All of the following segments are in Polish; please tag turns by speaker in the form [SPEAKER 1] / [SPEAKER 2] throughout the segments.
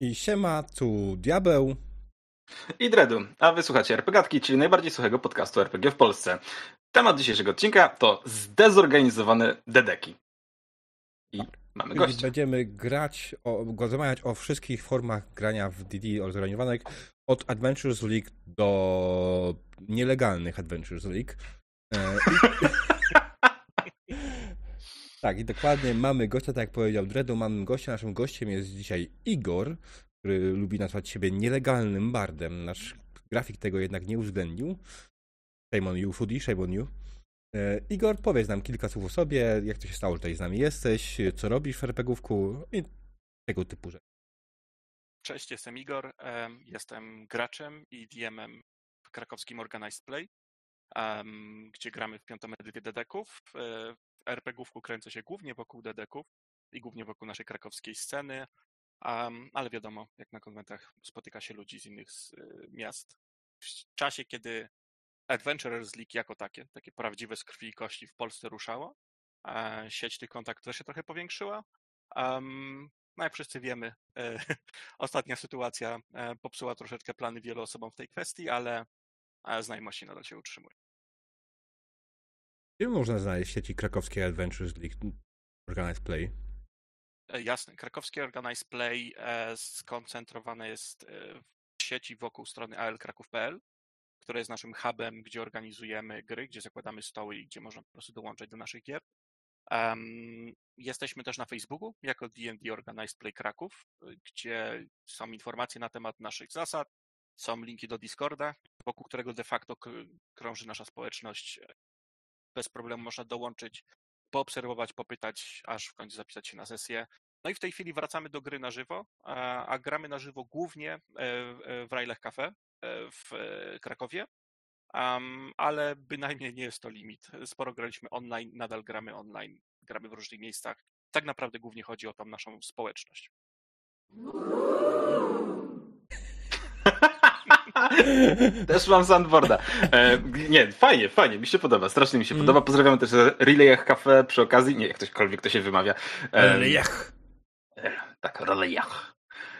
[SPEAKER 1] I siema, tu Diabeł.
[SPEAKER 2] I Dredu, a wysłuchacie RPGatki, czyli najbardziej suchego podcastu RPG w Polsce. Temat dzisiejszego odcinka to zdezorganizowane dedeki. I mamy
[SPEAKER 1] Czyli
[SPEAKER 2] gościa.
[SPEAKER 1] będziemy rozmawiać o wszystkich formach grania w D&D zorganizowanych, od Adventures League do nielegalnych Adventures League. Tak, i dokładnie mamy gościa, tak jak powiedział Dredu, mamy gościa. Naszym gościem jest dzisiaj Igor, który lubi nazwać siebie nielegalnym bardem. Nasz grafik tego jednak nie uwzględnił. Shame on you, Foodie, shame on you. Igor, powiedz nam kilka słów o sobie, jak to się stało, że tutaj z nami jesteś, co robisz w RPGówku i tego typu rzeczy.
[SPEAKER 3] Cześć, jestem Igor, jestem graczem i DM-em w krakowskim Organized Play, gdzie gramy w piątą edycję dedeków. W RPGówku kręcę się głównie wokół dedeków i głównie wokół naszej krakowskiej sceny, ale wiadomo, jak na konwentach spotyka się ludzi z innych miast. W czasie, kiedy Adventurers League jako takie prawdziwe z krwi i kości w Polsce ruszało, sieć tych kontaktów też się trochę powiększyła. No jak wszyscy wiemy, ostatnia sytuacja popsuła troszeczkę plany wielu osobom w tej kwestii, ale znajomości nadal się utrzymują.
[SPEAKER 1] Gdzie można znaleźć w sieci krakowskiej Adventures League Organized Play?
[SPEAKER 3] Jasne, krakowskie Organized Play skoncentrowane jest w sieci wokół strony alkraków.pl, która jest naszym hubem, gdzie organizujemy gry, gdzie zakładamy stoły i gdzie można po prostu dołączać do naszych gier. Jesteśmy też na Facebooku jako D&D Organized Play Kraków, gdzie są informacje na temat naszych zasad, są linki do Discorda, wokół którego de facto krąży nasza społeczność. Bez problemu można dołączyć, poobserwować, popytać, aż w końcu zapisać się na sesję. No i w tej chwili wracamy do gry na żywo, a gramy na żywo głównie w Rajlech Cafe w Krakowie, ale bynajmniej nie jest to limit. Sporo graliśmy online, nadal gramy online, gramy w różnych miejscach. Tak naprawdę głównie chodzi o tą naszą społeczność.
[SPEAKER 2] Też mam soundboarda. Nie, fajnie, mi się podoba, strasznie mi się podoba. Pozdrawiamy też Relejach Cafe przy okazji. Nie, jak ktośkolwiek to się wymawia.
[SPEAKER 1] Relejach.
[SPEAKER 2] Tak, Relejach.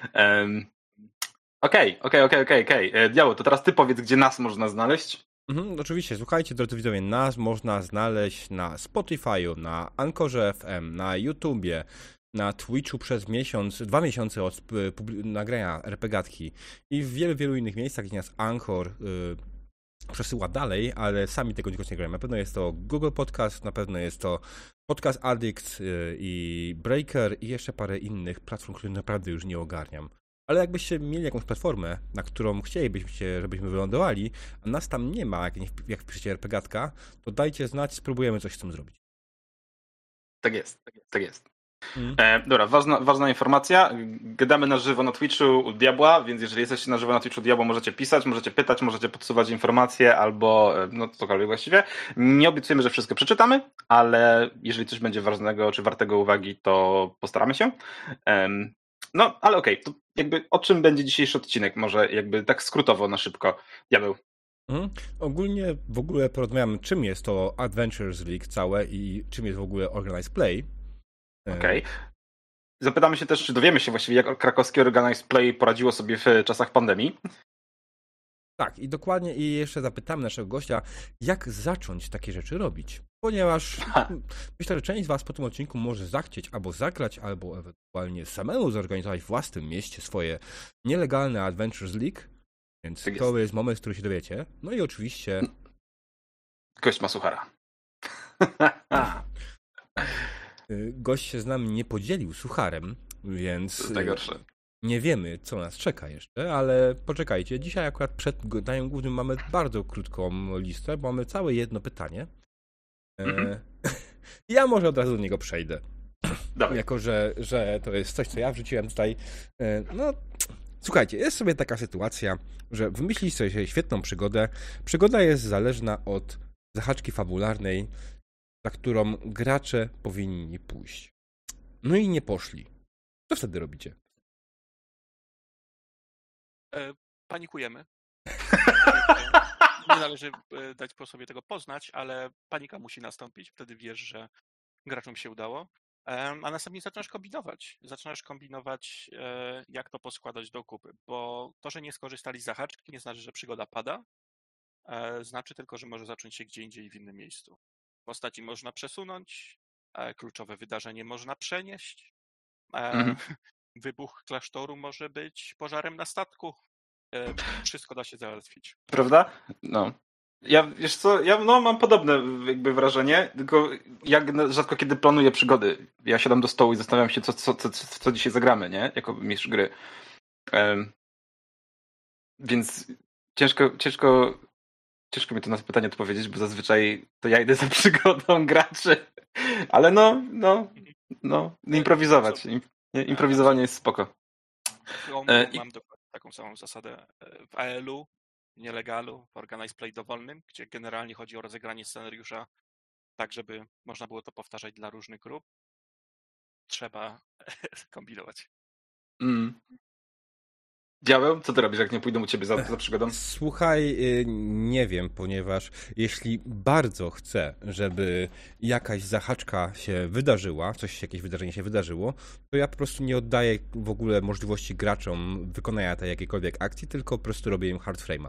[SPEAKER 2] Okej. Diało, to teraz ty powiedz, gdzie nas można znaleźć.
[SPEAKER 1] Oczywiście, słuchajcie, drodzy widzowie, nas można znaleźć na Spotify'u, na Anchorze FM, na YouTubie, na Twitchu przez 2 miesiące od nagrania RPGatki i w wielu innych miejscach, gdzie nas Anchor przesyła dalej, ale sami tego nie grają. Na pewno jest to Google Podcast, na pewno jest to Podcast Addict i Breaker i jeszcze parę innych platform, których naprawdę już nie ogarniam. Ale jakbyście mieli jakąś platformę, na którą chcielibyście, żebyśmy wylądowali, a nas tam nie ma, jak wpiszecie RPGatka, to dajcie znać, spróbujemy coś z tym zrobić.
[SPEAKER 2] Tak jest. Dobra, ważna informacja. Gadamy na żywo na Twitchu u Diabła, więc jeżeli jesteście na żywo na Twitchu Diabła, możecie pisać, możecie pytać, możecie podsuwać informacje albo no cokolwiek właściwie. Nie obiecujemy, że wszystko przeczytamy, ale jeżeli coś będzie ważnego czy wartego uwagi, to postaramy się. No, ale okej, to jakby o czym będzie dzisiejszy odcinek? Może jakby tak skrótowo na szybko. Diabeł.
[SPEAKER 1] Ogólnie w ogóle porozmawiamy, czym jest to Adventures League całe i czym jest w ogóle Organized Play.
[SPEAKER 2] Okej. Zapytamy się też, czy dowiemy się właściwie, jak krakowskie Organized Play poradziło sobie w czasach pandemii.
[SPEAKER 1] Tak, i dokładnie, i jeszcze zapytamy naszego gościa, jak zacząć takie rzeczy robić. Ponieważ myślę, że część z was po tym odcinku może zachcieć albo zagrać, albo ewentualnie samemu zorganizować w własnym mieście swoje nielegalne Adventures League. Więc
[SPEAKER 2] Tak
[SPEAKER 1] to jest moment, w którym się dowiecie. No i oczywiście...
[SPEAKER 2] Gość ma suchara.
[SPEAKER 1] Gość się z nami nie podzielił sucharem, więc
[SPEAKER 2] Najgorsze.
[SPEAKER 1] nie wiemy, co nas czeka jeszcze, ale poczekajcie. Dzisiaj akurat przed daniem głównym mamy bardzo krótką listę, bo mamy całe jedno pytanie. Ja może od razu do niego przejdę.
[SPEAKER 2] Dawaj.
[SPEAKER 1] Jako, że to jest coś, co ja wrzuciłem tutaj. No, słuchajcie, jest sobie taka sytuacja, że wymyśliliście sobie świetną przygodę. Przygoda jest zależna od zahaczki fabularnej, za którą gracze powinni pójść. No i nie poszli. Co wtedy robicie?
[SPEAKER 3] Panikujemy. Nie należy dać po sobie tego poznać, ale panika musi nastąpić. Wtedy wiesz, że graczom się udało. A następnie zaczynasz kombinować, jak to poskładać do kupy, bo to, że nie skorzystali z zahaczki, nie znaczy, że przygoda pada, znaczy tylko, że może zacząć się gdzie indziej w innym miejscu. Postaci można przesunąć, kluczowe wydarzenie można przenieść, wybuch klasztoru może być pożarem na statku, wszystko da się załatwić.
[SPEAKER 2] Prawda? No. Wiesz co, mam podobne jakby wrażenie, tylko rzadko kiedy planuję przygody. Ja siadam do stołu i zastanawiam się, co dzisiaj zagramy, nie? Jako mistrz gry. Więc ciężko mi to na to pytanie odpowiedzieć, bo zazwyczaj to ja idę za przygodą graczy. Ale improwizować. Improwizowanie jest spoko.
[SPEAKER 3] Mam dokładnie taką samą zasadę w AL-u, w nielegalu, w Organized Play dowolnym, gdzie generalnie chodzi o rozegranie scenariusza tak, żeby można było to powtarzać dla różnych grup. Trzeba kombinować.
[SPEAKER 2] Diabeł, co ty robisz, jak nie pójdą u ciebie za przygodą?
[SPEAKER 1] Słuchaj, nie wiem, ponieważ jeśli bardzo chcę, żeby jakaś zahaczka się wydarzyła, jakieś wydarzenie się wydarzyło, to ja po prostu nie oddaję w ogóle możliwości graczom wykonania tej jakiejkolwiek akcji, tylko po prostu robię im hard frame'a.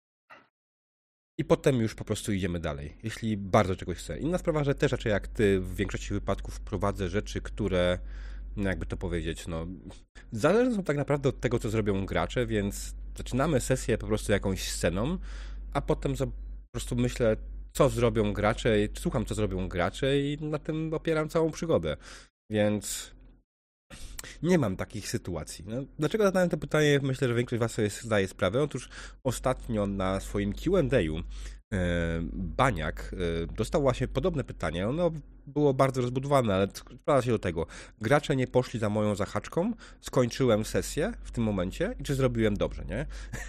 [SPEAKER 1] I potem już po prostu idziemy dalej, jeśli bardzo czegoś chcę. Inna sprawa, że też raczej jak ty w większości wypadków prowadzę rzeczy, które, jakby to powiedzieć, zależne są tak naprawdę od tego, co zrobią gracze, więc zaczynamy sesję po prostu jakąś sceną, a potem po prostu myślę, co zrobią gracze, słucham, co zrobią gracze i na tym opieram całą przygodę. Więc nie mam takich sytuacji. Dlaczego zadałem to pytanie? Myślę, że większość z was sobie zdaje sprawę. Otóż ostatnio na swoim Q&A'u Baniak dostał właśnie podobne pytanie. Ono było bardzo rozbudowane, ale sprowadza się do tego. Gracze nie poszli za moją zahaczką, skończyłem sesję w tym momencie i czy zrobiłem dobrze, nie?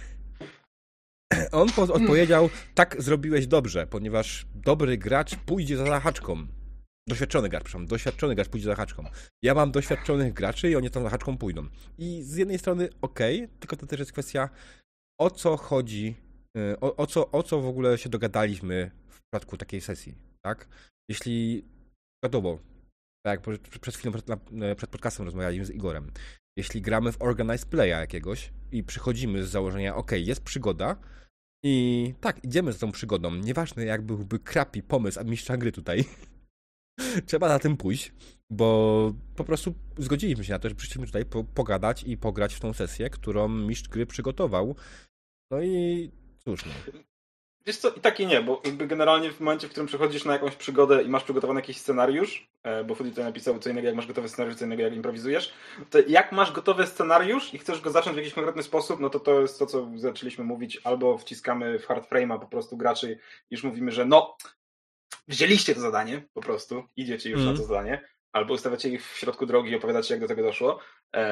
[SPEAKER 1] On odpowiedział, tak, zrobiłeś dobrze, ponieważ dobry gracz pójdzie za zahaczką. Doświadczony gracz pójdzie za zahaczką. Ja mam doświadczonych graczy i oni tą zahaczką pójdą. I z jednej strony okej, tylko to też jest kwestia, o co chodzi, o co w ogóle się dogadaliśmy w przypadku takiej sesji, tak? Jeśli, wiadomo, tak jak przed chwilą, przed podcastem rozmawialiśmy z Igorem, jeśli gramy w Organized Playa jakiegoś i przychodzimy z założenia, jest przygoda i tak, idziemy z tą przygodą, nieważne jak byłby crappy pomysł mistrza gry tutaj, trzeba na tym pójść, bo po prostu zgodziliśmy się na to, że przyszliśmy tutaj pogadać i pograć w tą sesję, którą mistrz gry przygotował. No i cóż,
[SPEAKER 2] Wiesz co, i tak i nie, bo jakby generalnie w momencie, w którym przychodzisz na jakąś przygodę i masz przygotowany jakiś scenariusz, bo Foodie tutaj napisał co innego jak masz gotowy scenariusz, co innego jak improwizujesz, to jak masz gotowy scenariusz i chcesz go zacząć w jakiś konkretny sposób, no to jest to, co zaczęliśmy mówić, albo wciskamy w hard frame'a po prostu graczy i już mówimy, że wzięliście to zadanie, po prostu, idziecie już na to zadanie, albo ustawiacie ich w środku drogi i opowiadacie, jak do tego doszło.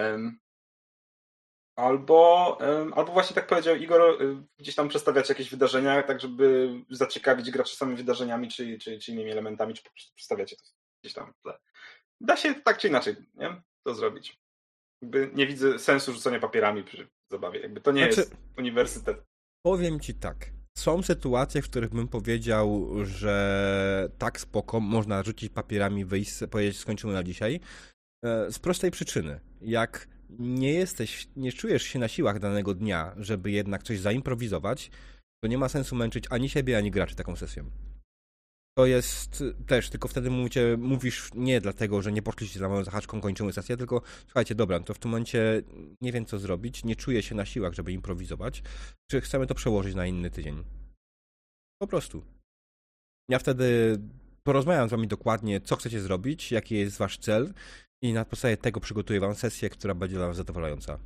[SPEAKER 2] Albo właśnie tak powiedział Igor, gdzieś tam przedstawiać jakieś wydarzenia, tak żeby zaciekawić graczy samymi wydarzeniami, czy innymi elementami, czy po prostu przedstawiacie to gdzieś tam w tle. Da się tak czy inaczej, nie? To zrobić. Jakby nie widzę sensu rzucania papierami przy zabawie. Jakby to nie jest uniwersytet.
[SPEAKER 1] Powiem ci tak. Są sytuacje, w których bym powiedział, że tak spoko, można rzucić papierami, wyjść, powiedzieć skończymy na dzisiaj. Z prostej przyczyny. Jak nie czujesz się na siłach danego dnia, żeby jednak coś zaimprowizować, to nie ma sensu męczyć ani siebie, ani graczy taką sesją. To jest też, tylko wtedy mówisz nie dlatego, że nie poszliście za moją zahaczką, kończymy sesję, tylko słuchajcie, dobra, to w tym momencie nie wiem co zrobić, nie czuję się na siłach, żeby improwizować, czy chcemy to przełożyć na inny tydzień. Po prostu. Ja wtedy porozmawiam z wami dokładnie, co chcecie zrobić, jaki jest wasz cel i na podstawie tego przygotuję wam sesję, która będzie dla was zadowalająca.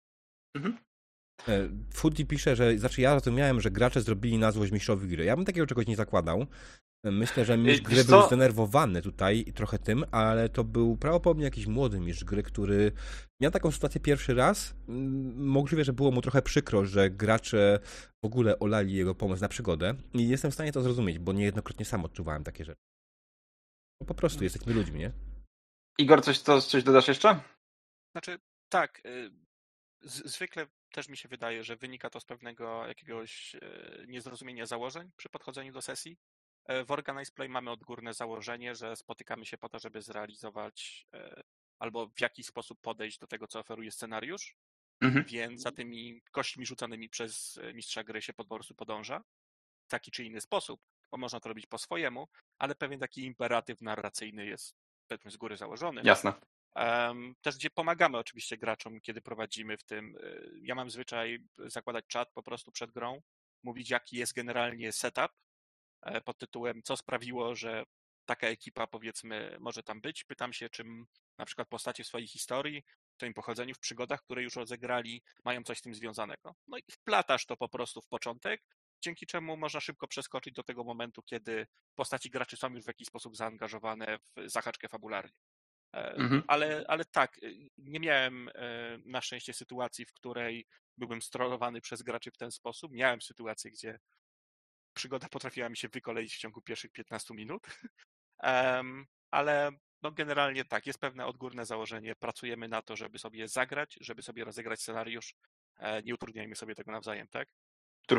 [SPEAKER 1] Foodie pisze, że ja rozumiałem, że gracze zrobili na złość mistrzowi gry. Ja bym takiego czegoś nie zakładał. Myślę, że mistrz gry był zdenerwowany tutaj i trochę tym, ale to był prawdopodobnie jakiś młody mistrz gry, który miał taką sytuację pierwszy raz. Możliwe, że było mu trochę przykro, że gracze w ogóle olali jego pomysł na przygodę i jestem w stanie to zrozumieć, bo niejednokrotnie sam odczuwałem takie rzeczy. Po prostu jesteśmy ludźmi, nie?
[SPEAKER 2] Igor, coś dodasz jeszcze?
[SPEAKER 3] Znaczy, tak. Zwykle też mi się wydaje, że wynika to z pewnego jakiegoś niezrozumienia założeń przy podchodzeniu do sesji. w Organized Play mamy odgórne założenie, że spotykamy się po to, żeby zrealizować albo w jakiś sposób podejść do tego, co oferuje scenariusz, więc za tymi kośćmi rzucanymi przez mistrza gry się po prostu podąża w taki czy inny sposób, bo można to robić po swojemu, ale pewien taki imperatyw narracyjny jest powiedzmy z góry założony.
[SPEAKER 2] Jasne.
[SPEAKER 3] Też gdzie pomagamy oczywiście graczom, kiedy prowadzimy w tym. Ja mam zwyczaj zakładać czat po prostu przed grą, mówić jaki jest generalnie setup pod tytułem co sprawiło, że taka ekipa powiedzmy może tam być. Pytam się, czym na przykład postacie w swojej historii, w swoim pochodzeniu, w przygodach, które już rozegrali, mają coś z tym związanego. No i wplatasz to po prostu w początek, dzięki czemu można szybko przeskoczyć do tego momentu, kiedy postaci graczy są już w jakiś sposób zaangażowane w zahaczkę fabularnie. Ale tak, nie miałem na szczęście sytuacji, w której byłbym strollowany przez graczy w ten sposób. Miałem sytuację, gdzie przygoda potrafiła mi się wykoleić w ciągu pierwszych 15 minut, ale no generalnie tak, jest pewne odgórne założenie. Pracujemy na to, żeby sobie zagrać, żeby sobie rozegrać scenariusz. Nie utrudniajmy sobie tego nawzajem, tak?
[SPEAKER 2] True.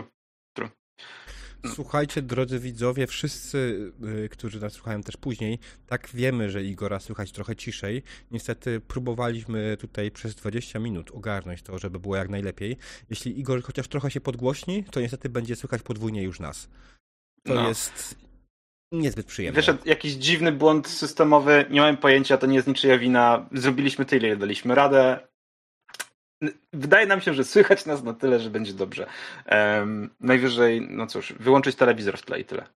[SPEAKER 1] Słuchajcie, drodzy widzowie, wszyscy, którzy nas słuchają też później, tak wiemy, że Igora słychać trochę ciszej. Niestety próbowaliśmy tutaj przez 20 minut ogarnąć to, żeby było jak najlepiej. Jeśli Igor chociaż trochę się podgłośni, to niestety będzie słychać podwójnie już nas. To jest niezbyt przyjemne.
[SPEAKER 2] Wyszedł jakiś dziwny błąd systemowy, nie mam pojęcia, to nie jest niczyja wina. Zrobiliśmy tyle, ile daliśmy radę. Wydaje nam się, że słychać nas na tyle, że będzie dobrze. Najwyżej, no cóż, wyłączyć telewizor w tle i tyle.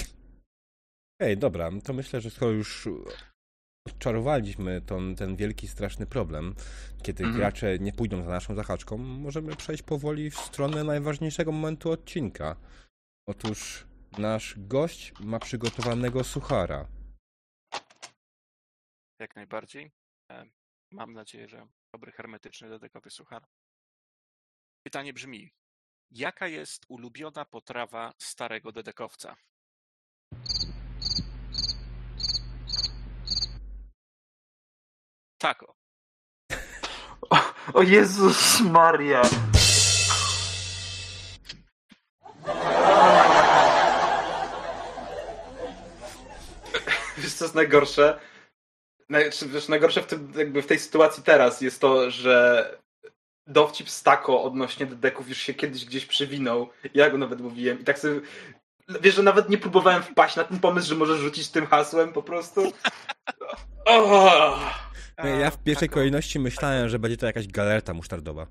[SPEAKER 1] Dobra, to myślę, że skoro już odczarowaliśmy ten wielki, straszny problem, kiedy gracze nie pójdą za naszą zahaczką, możemy przejść powoli w stronę najważniejszego momentu odcinka. Otóż nasz gość ma przygotowanego suchara.
[SPEAKER 3] Jak najbardziej. Mam nadzieję, że dobry, hermetyczny, dedekowy suchar. Pytanie brzmi, jaka jest ulubiona potrawa starego dedekowca? Taco.
[SPEAKER 2] O Jezus Maria! Wiesz, co jest najgorsze? Najgorsze w tej sytuacji teraz jest to, że dowcip z taco odnośnie dedeków już się kiedyś gdzieś przewinął. Ja go nawet mówiłem i tak sobie... Wiesz, że nawet nie próbowałem wpaść na ten pomysł, że możesz rzucić tym hasłem po prostu.
[SPEAKER 1] Ja w pierwszej kolejności myślałem, że będzie to jakaś galerta musztardowa.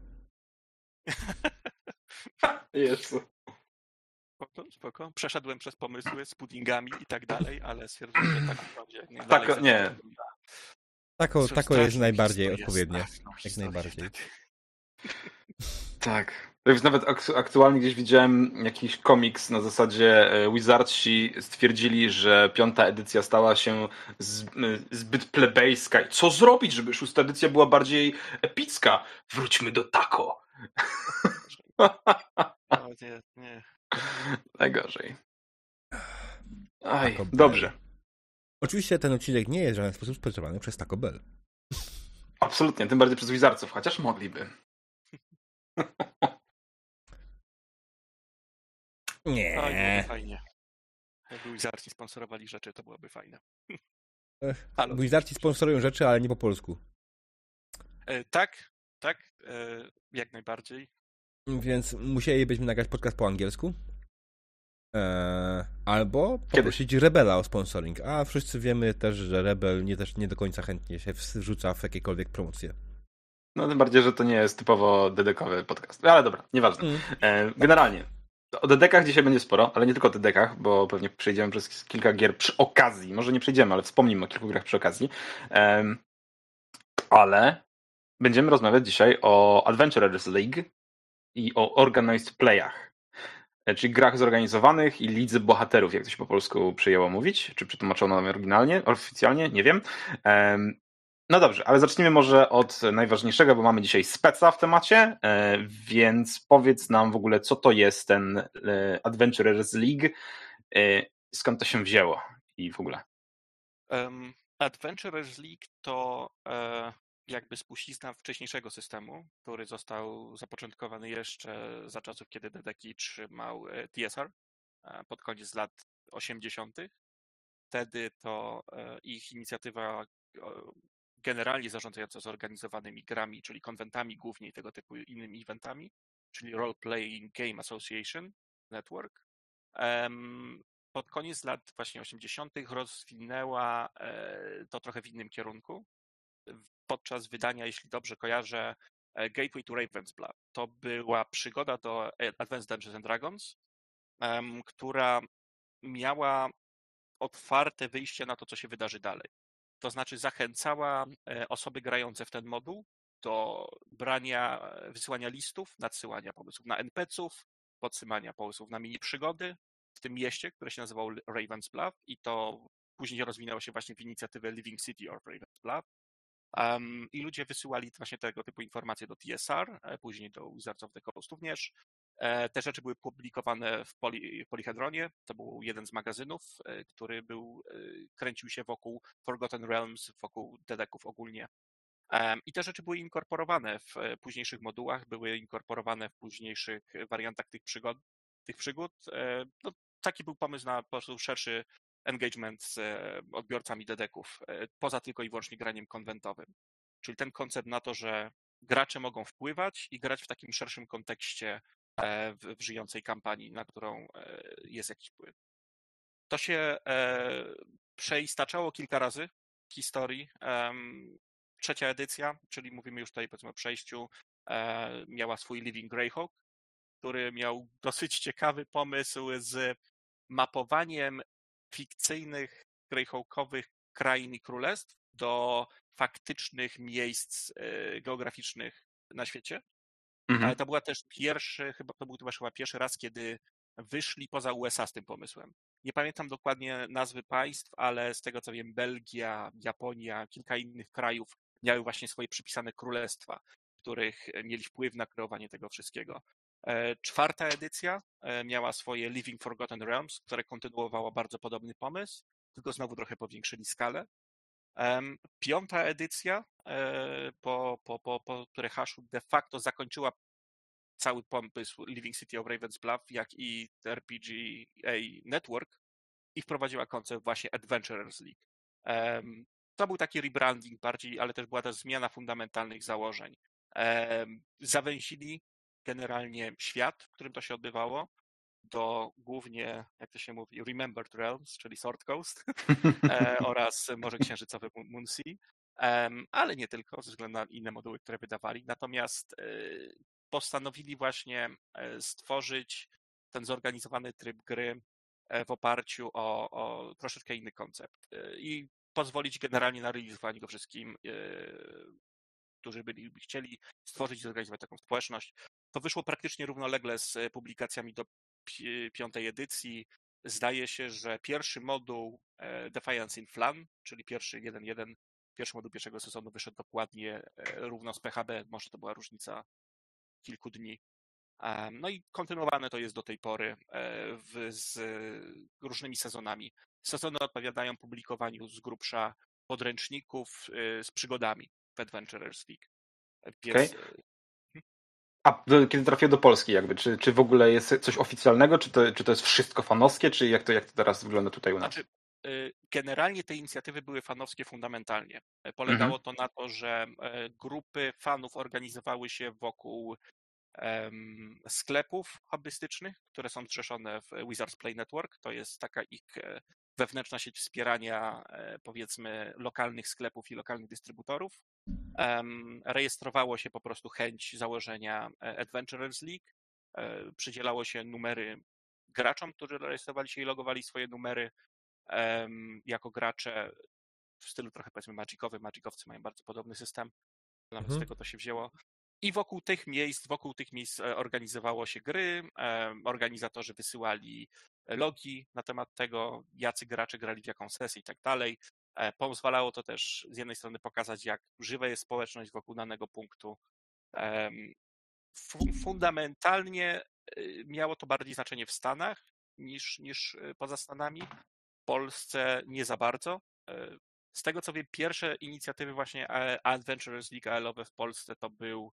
[SPEAKER 2] Jezu.
[SPEAKER 3] Spoko. Przeszedłem przez pomysły z puddingami i tak dalej, ale stwierdziłem, że tak będzie.
[SPEAKER 2] Tako, nie.
[SPEAKER 1] Tako jest najbardziej odpowiednie. Jak najbardziej.
[SPEAKER 2] Tak. Nawet aktualnie gdzieś widziałem jakiś komiks na zasadzie Wizardsi stwierdzili, że 5. edycja stała się zbyt plebejska. I co zrobić, żeby 6. edycja była bardziej epicka? Wróćmy do taco.
[SPEAKER 3] No, nie.
[SPEAKER 2] Najgorzej. Aj, dobrze.
[SPEAKER 1] Oczywiście ten odcinek nie jest w żaden sposób sponsorowany przez Taco Bell.
[SPEAKER 2] Absolutnie, tym bardziej przez Wizardców, chociaż mogliby.
[SPEAKER 1] Nie.
[SPEAKER 3] Oj, byłoby fajnie. Jakby Wizardsi sponsorowali rzeczy, to byłoby fajne.
[SPEAKER 1] Wizardsi sponsorują rzeczy, ale nie po polsku.
[SPEAKER 3] Tak, jak najbardziej.
[SPEAKER 1] Więc musielibyśmy nagrać podcast po angielsku. Albo poprosić Rebela o sponsoring. A wszyscy wiemy też, że Rebel też nie do końca chętnie się wrzuca w jakiekolwiek promocje.
[SPEAKER 2] No tym bardziej, że to nie jest typowo dedekowy podcast. Ale dobra, nieważne. Generalnie. O dedekach dzisiaj będzie sporo, ale nie tylko o dedekach, bo pewnie przejdziemy przez kilka gier przy okazji. Może nie przejdziemy, ale wspomnimy o kilku grach przy okazji. Ale będziemy rozmawiać dzisiaj o Adventurers League i o Organized Playach. Czyli grach zorganizowanych i lidze bohaterów, jak to się po polsku przyjęło mówić. Czy przetłumaczono oryginalnie, oficjalnie, nie wiem. No dobrze, ale zacznijmy może od najważniejszego, bo mamy dzisiaj speca w temacie, więc powiedz nam w ogóle, co to jest ten Adventurers League, skąd to się wzięło i w ogóle.
[SPEAKER 3] Adventurers League to jakby spuścizna wcześniejszego systemu, który został zapoczątkowany jeszcze za czasów, kiedy Dedeki trzymał TSR pod koniec lat 80. Wtedy to ich inicjatywa generalnie zarządzająca zorganizowanymi grami, czyli konwentami głównie i tego typu innymi eventami, czyli Role Playing Game Association Network, pod koniec lat właśnie 80. rozwinęła to trochę w innym kierunku. Podczas wydania, jeśli dobrze kojarzę, Gateway to Raven's Blood. To była przygoda do Advanced Dungeons and Dragons, która miała otwarte wyjście na to, co się wydarzy dalej. To znaczy zachęcała osoby grające w ten moduł do wysyłania listów, nadsyłania pomysłów na NPC-ów, podsyłania pomysłów na mini przygody w tym mieście, które się nazywało Raven's Bluff i to później rozwinęło się właśnie w inicjatywę Living City of Raven's Bluff. I ludzie wysyłali właśnie tego typu informacje do TSR, później do Wizards of the Coast również. Te rzeczy były publikowane w Polyhedronie. To był jeden z magazynów, który kręcił się wokół Forgotten Realms, wokół dedeków ogólnie. I te rzeczy były inkorporowane w późniejszych modułach, były inkorporowane w późniejszych wariantach tych przygód. No, taki był pomysł na po prostu szerszy engagement z odbiorcami dedeków, poza tylko i wyłącznie graniem konwentowym. Czyli ten koncept na to, że gracze mogą wpływać i grać w takim szerszym kontekście w żyjącej kampanii, na którą jest jakiś wpływ. To się przeistaczało kilka razy w historii. Trzecia edycja, czyli mówimy już tutaj powiedzmy o przejściu, miała swój Living Greyhawk, który miał dosyć ciekawy pomysł z mapowaniem fikcyjnych greyhawkowych krain i królestw do faktycznych miejsc geograficznych na świecie. Ale to była też to był chyba pierwszy raz, kiedy wyszli poza USA z tym pomysłem. Nie pamiętam dokładnie nazwy państw, ale z tego co wiem, Belgia, Japonia, kilka innych krajów miały właśnie swoje przypisane królestwa, w których mieli wpływ na kreowanie tego wszystkiego. Czwarta edycja miała swoje Living Forgotten Realms, które kontynuowało bardzo podobny pomysł, tylko znowu trochę powiększyli skalę. Piąta edycja po Trehashu de facto zakończyła cały pomysł Living City of Raven's Bluff, jak i RPGA Network i wprowadziła koncept właśnie Adventurers League. To był taki rebranding bardziej, ale też była to zmiana fundamentalnych założeń. Zawęzili generalnie świat, w którym to się odbywało, do głównie, jak to się mówi, Remembered Realms, czyli Sword Coast oraz Morze Księżycowe Moonsea, ale nie tylko, ze względu na inne moduły, które wydawali. Natomiast postanowili właśnie stworzyć ten zorganizowany tryb gry w oparciu o troszeczkę inny koncept i pozwolić generalnie na realizowanie go wszystkim, którzy chcieli stworzyć i zorganizować taką społeczność. To wyszło praktycznie równolegle z publikacjami do piątej edycji. Zdaje się, że pierwszy moduł Defiance in Flan, czyli pierwszy moduł pierwszego sezonu wyszedł dokładnie równo z PHB, może to była różnica kilku dni. No i kontynuowane to jest do tej pory z różnymi sezonami. Sezony odpowiadają publikowaniu z grubsza podręczników z przygodami w Adventurers League. Więc...
[SPEAKER 2] A kiedy trafił do Polski jakby, czy w ogóle jest coś oficjalnego, czy to jest wszystko fanowskie, czy jak to teraz wygląda tutaj u nas?
[SPEAKER 3] Znaczy, generalnie te inicjatywy były fanowskie fundamentalnie. Polegało to na to, że grupy fanów organizowały się wokół sklepów hobbystycznych, które są zrzeszone w Wizards Play Network. To jest taka ich wewnętrzna sieć wspierania, powiedzmy, lokalnych sklepów i lokalnych dystrybutorów. Rejestrowało się po prostu chęć założenia Adventurers League. Przydzielało się numery graczom, którzy rejestrowali się i logowali swoje numery jako gracze w stylu trochę powiedzmy magicowym. Magicowcy mają bardzo podobny system. Nawet z tego to się wzięło. I wokół tych miejsc organizowało się gry, organizatorzy wysyłali logi na temat tego, jacy gracze grali w jaką sesję i tak dalej. Pozwalało to też z jednej strony pokazać, jak żywa jest społeczność wokół danego punktu. Fundamentalnie miało to bardziej znaczenie w Stanach niż poza Stanami. W Polsce nie za bardzo. Z tego co wiem, pierwsze inicjatywy właśnie Adventurers League AL-owe w Polsce to był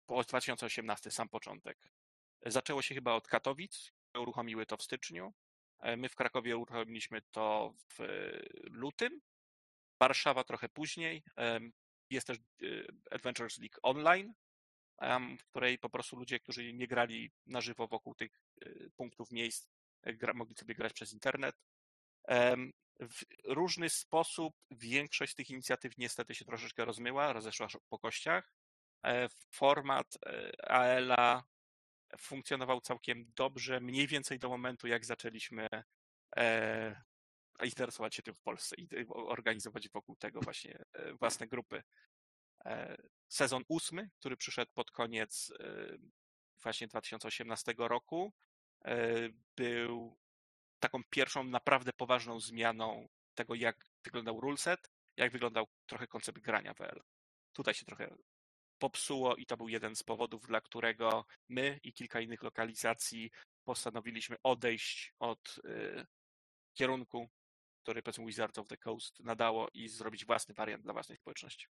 [SPEAKER 3] 2018, sam początek. Zaczęło się chyba od Katowic, uruchomiły to w styczniu. My w Krakowie uruchomiliśmy to w lutym, Warszawa trochę później. Jest też Adventures League Online, w której po prostu ludzie, którzy nie grali na żywo wokół tych punktów, miejsc, mogli sobie grać przez internet. W różny sposób większość z tych inicjatyw niestety się troszeczkę rozeszła po kościach. Format AL-a funkcjonował całkiem dobrze, mniej więcej do momentu, jak zaczęliśmy interesować się tym w Polsce i organizować wokół tego właśnie własne grupy. Sezon 8, który przyszedł pod koniec właśnie 2018 roku, był taką pierwszą naprawdę poważną zmianą tego, jak wyglądał ruleset, jak wyglądał trochę koncept grania w EL. Tutaj się trochę popsuło i to był jeden z powodów, dla którego my i kilka innych lokalizacji postanowiliśmy odejść od kierunku, który powiedzmy Wizards of the Coast nadało i zrobić własny wariant dla własnej społeczności.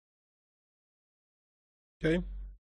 [SPEAKER 1] Okej.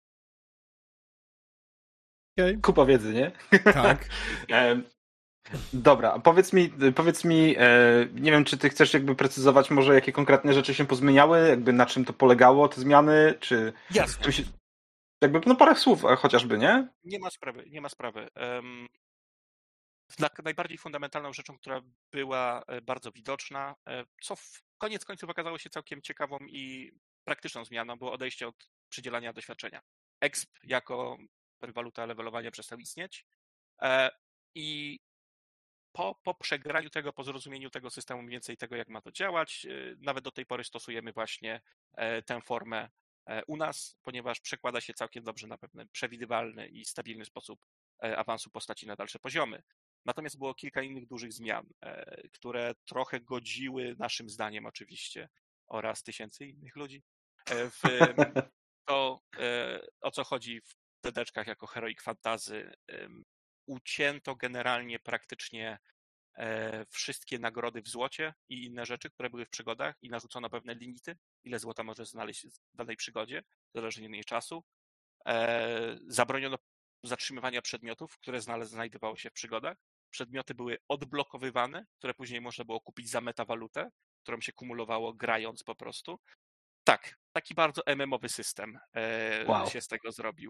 [SPEAKER 2] Kupa wiedzy, nie?
[SPEAKER 1] Tak.
[SPEAKER 2] Dobra, powiedz mi, nie wiem, czy ty chcesz jakby precyzować może, jakie konkretne rzeczy się pozmieniały, jakby na czym to polegało, te zmiany, czy...
[SPEAKER 3] Jasne.
[SPEAKER 2] Czym się, jakby, no parę słów chociażby, nie?
[SPEAKER 3] Nie ma sprawy. Najbardziej fundamentalną rzeczą, która była bardzo widoczna, co koniec końców okazało się całkiem ciekawą i praktyczną zmianą, było odejście od przydzielania doświadczenia. EXP jako waluta levelowania przestał istnieć i po przegraniu tego, po zrozumieniu tego systemu, mniej więcej tego, jak ma to działać, nawet do tej pory stosujemy właśnie tę formę u nas, ponieważ przekłada się całkiem dobrze na pewien przewidywalny i stabilny sposób awansu postaci na dalsze poziomy. Natomiast było kilka innych dużych zmian, które trochę godziły, naszym zdaniem oczywiście, oraz tysięcy innych ludzi, w to, o co chodzi w DD-czkach jako Heroic Fantasy. Ucięto generalnie praktycznie wszystkie nagrody w złocie i inne rzeczy, które były w przygodach i narzucono pewne limity, ile złota może znaleźć w danej przygodzie, zależnie od jej czasu. Zabroniono zatrzymywania przedmiotów, które znajdowały się w przygodach. Przedmioty były odblokowywane, które później można było kupić za metawalutę, którą się kumulowało grając po prostu. Tak, taki bardzo MMowy system się z tego zrobił.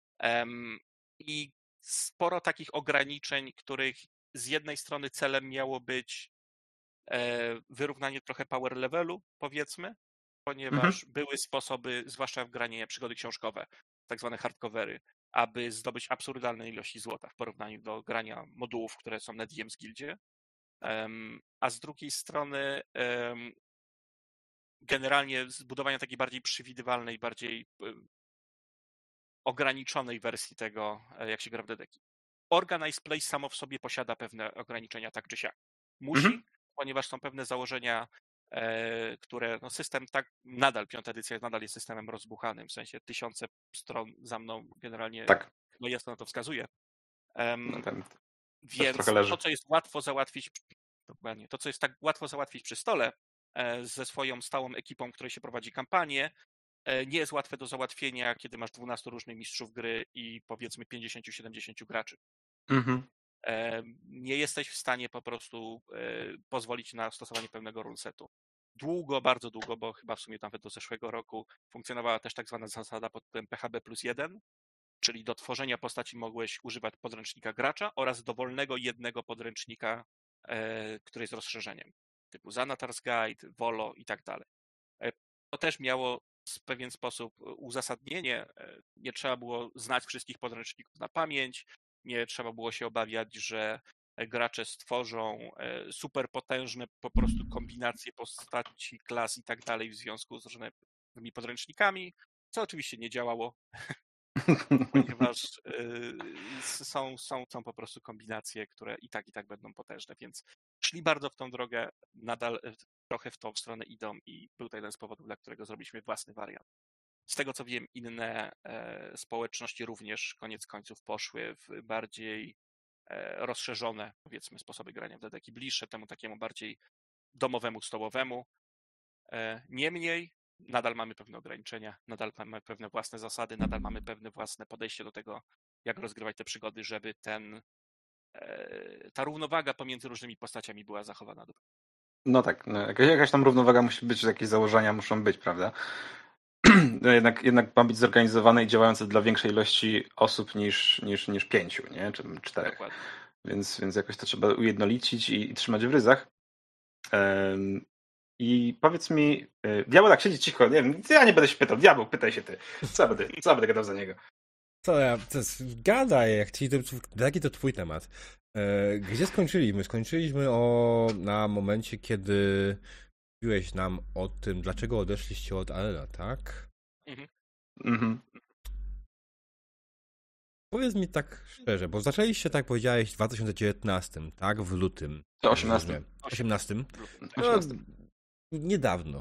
[SPEAKER 3] I sporo takich ograniczeń, których z jednej strony celem miało być wyrównanie trochę power levelu, powiedzmy, ponieważ były sposoby, zwłaszcza w granie przygody książkowe, tak zwane hardcovery, aby zdobyć absurdalne ilości złota w porównaniu do grania modułów, które są na DM's Guildzie. A z drugiej strony generalnie zbudowanie takiej bardziej przewidywalnej, bardziej ograniczonej wersji tego, jak się gra w DD-ki. Organized Play samo w sobie posiada pewne ograniczenia, tak czy siak. Musi, ponieważ są pewne założenia, które system nadal, 5. edycja nadal jest systemem rozbuchanym, w sensie tysiące stron za mną generalnie no jasno na to wskazuje. Więc to, co jest łatwo załatwić, dokładnie, to, co jest tak łatwo załatwić przy stole ze swoją stałą ekipą, której się prowadzi kampanię, nie jest łatwe do załatwienia, kiedy masz 12 różnych mistrzów gry i powiedzmy 50-70 graczy. Nie jesteś w stanie po prostu pozwolić na stosowanie pewnego rulesetu. Bardzo długo, bo chyba w sumie nawet do zeszłego roku funkcjonowała też tak zwana zasada pod tytułem PHB+1, czyli do tworzenia postaci mogłeś używać podręcznika gracza oraz dowolnego jednego podręcznika, który jest rozszerzeniem, typu Xanatar's Guide, Volo i tak dalej. To też miało w pewien sposób uzasadnienie. Nie trzeba było znać wszystkich podręczników na pamięć, nie trzeba było się obawiać, że gracze stworzą superpotężne po prostu kombinacje postaci, klas i tak dalej w związku z różnymi podręcznikami, co oczywiście nie działało, ponieważ są po prostu kombinacje, które i tak będą potężne, więc szli bardzo w tą drogę, nadal trochę w tą stronę idą i był to jeden z powodów, dla którego zrobiliśmy własny wariant. Z tego co wiem, inne społeczności również koniec końców poszły w bardziej rozszerzone, powiedzmy, sposoby grania w DD-ki, bliższe temu takiemu bardziej domowemu, stołowemu. Niemniej nadal mamy pewne ograniczenia, nadal mamy pewne własne zasady, nadal mamy pewne własne podejście do tego, jak rozgrywać te przygody, żeby ten ta równowaga pomiędzy różnymi postaciami była zachowana.
[SPEAKER 2] No tak, no, jakaś tam równowaga musi być, jakieś założenia muszą być, prawda? No jednak ma być zorganizowane i działające dla większej ilości osób niż 5, nie? Czy 4.
[SPEAKER 3] Dokładnie.
[SPEAKER 2] Więc jakoś to trzeba ujednolicić i trzymać w ryzach. I powiedz mi, Diabeł tak siedzi cicho, nie wiem, ja nie będę się pytał, Diabeł, pytaj się ty. Co ja będę gadał za niego?
[SPEAKER 1] Gadaj, jak ci jaki to twój temat. Gdzie skończyliśmy? Skończyliśmy na momencie, kiedy mówiłeś nam o tym, dlaczego odeszliście od Aela, tak?
[SPEAKER 2] Mhm.
[SPEAKER 1] Powiedz mi tak szczerze, bo zaczęliście, tak powiedziałeś, w 2019, tak? W lutym.
[SPEAKER 2] To 18.
[SPEAKER 1] 18?
[SPEAKER 2] 18.
[SPEAKER 1] Niedawno.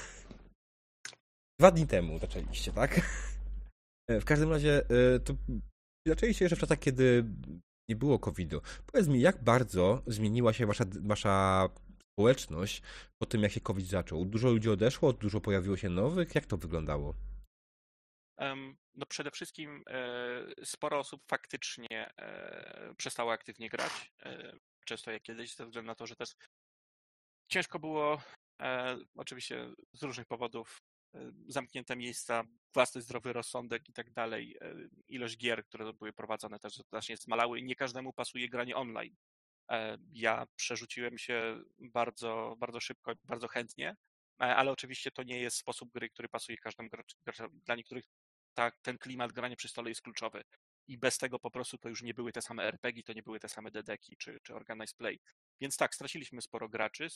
[SPEAKER 1] 2 dni temu zaczęliście, tak? W każdym razie to zaczęliście jeszcze w czasach, kiedy nie było COVID-u. Powiedz mi, jak bardzo zmieniła się wasza społeczność po tym, jak się COVID zaczął? Dużo ludzi odeszło, dużo pojawiło się nowych? Jak to wyglądało?
[SPEAKER 3] No przede wszystkim sporo osób faktycznie przestało aktywnie grać. Często jak kiedyś, ze względu na to, że też ciężko było, oczywiście z różnych powodów, zamknięte miejsca, własny zdrowy rozsądek i tak dalej. Ilość gier, które były prowadzone też znacznie zmalały i nie każdemu pasuje granie online. Ja przerzuciłem się bardzo, bardzo szybko, bardzo chętnie, ale oczywiście to nie jest sposób gry, który pasuje każdemu graczowi. Dla niektórych ten klimat grania przy stole jest kluczowy. I bez tego po prostu to już nie były te same RPG, to nie były te same DD-ki czy Organized Play. Więc tak, straciliśmy sporo graczy,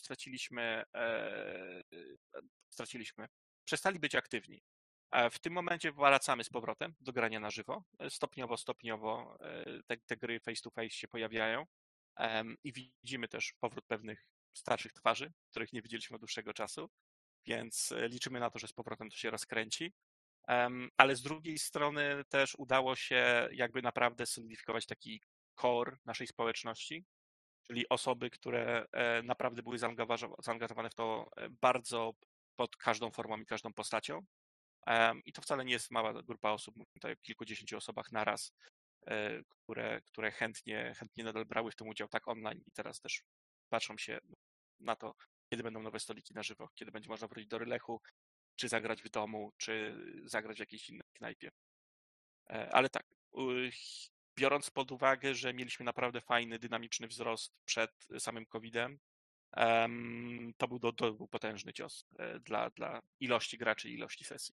[SPEAKER 3] przestali być aktywni. W tym momencie wracamy z powrotem do grania na żywo. Stopniowo te gry face to face się pojawiają i widzimy też powrót pewnych starszych twarzy, których nie widzieliśmy od dłuższego czasu, więc liczymy na to, że z powrotem to się rozkręci. Ale z drugiej strony też udało się jakby naprawdę solidyfikować taki core naszej społeczności, czyli osoby, które naprawdę były zaangażowane w to bardzo pod każdą formą i każdą postacią. I to wcale nie jest mała grupa osób, mówimy tutaj o kilkudziesięciu osobach naraz, które chętnie nadal brały w tym udział tak online i teraz też patrzą się na to, kiedy będą nowe stoliki na żywo, kiedy będzie można wrócić do Rylechu, czy zagrać w domu, czy zagrać w jakiejś innej knajpie. Ale tak, biorąc pod uwagę, że mieliśmy naprawdę fajny, dynamiczny wzrost przed samym COVID-em, to był potężny cios dla ilości graczy i ilości sesji.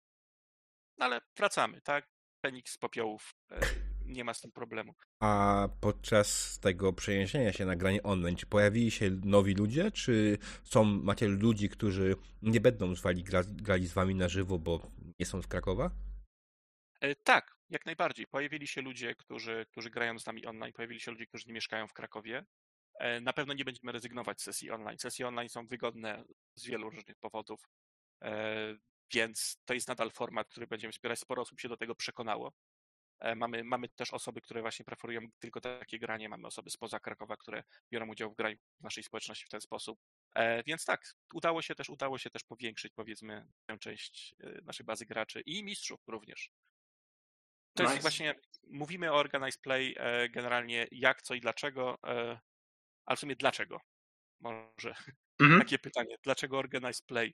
[SPEAKER 3] No ale wracamy, tak? Feniks z popiołów, nie ma z tym problemu.
[SPEAKER 1] A podczas tego przeniesienia się na granie online, czy pojawili się nowi ludzie, czy macie ludzi, którzy nie będą grali z wami na żywo, bo nie są z Krakowa?
[SPEAKER 3] Tak, jak najbardziej. Pojawili się ludzie, którzy grają z nami online, pojawili się ludzie, którzy nie mieszkają w Krakowie. Na pewno nie będziemy rezygnować z sesji online. Sesje online są wygodne z wielu różnych powodów, więc to jest nadal format, który będziemy wspierać. Sporo osób się do tego przekonało. Mamy też osoby, które właśnie preferują tylko takie granie. Mamy osoby spoza Krakowa, które biorą udział w graniu w naszej społeczności w ten sposób. Więc tak, udało się też powiększyć, powiedzmy, tę część naszej bazy graczy i mistrzów również. To jest właśnie, mówimy o Organized Play generalnie jak, co i dlaczego, ale w sumie dlaczego? Może takie pytanie. Dlaczego Organized Play?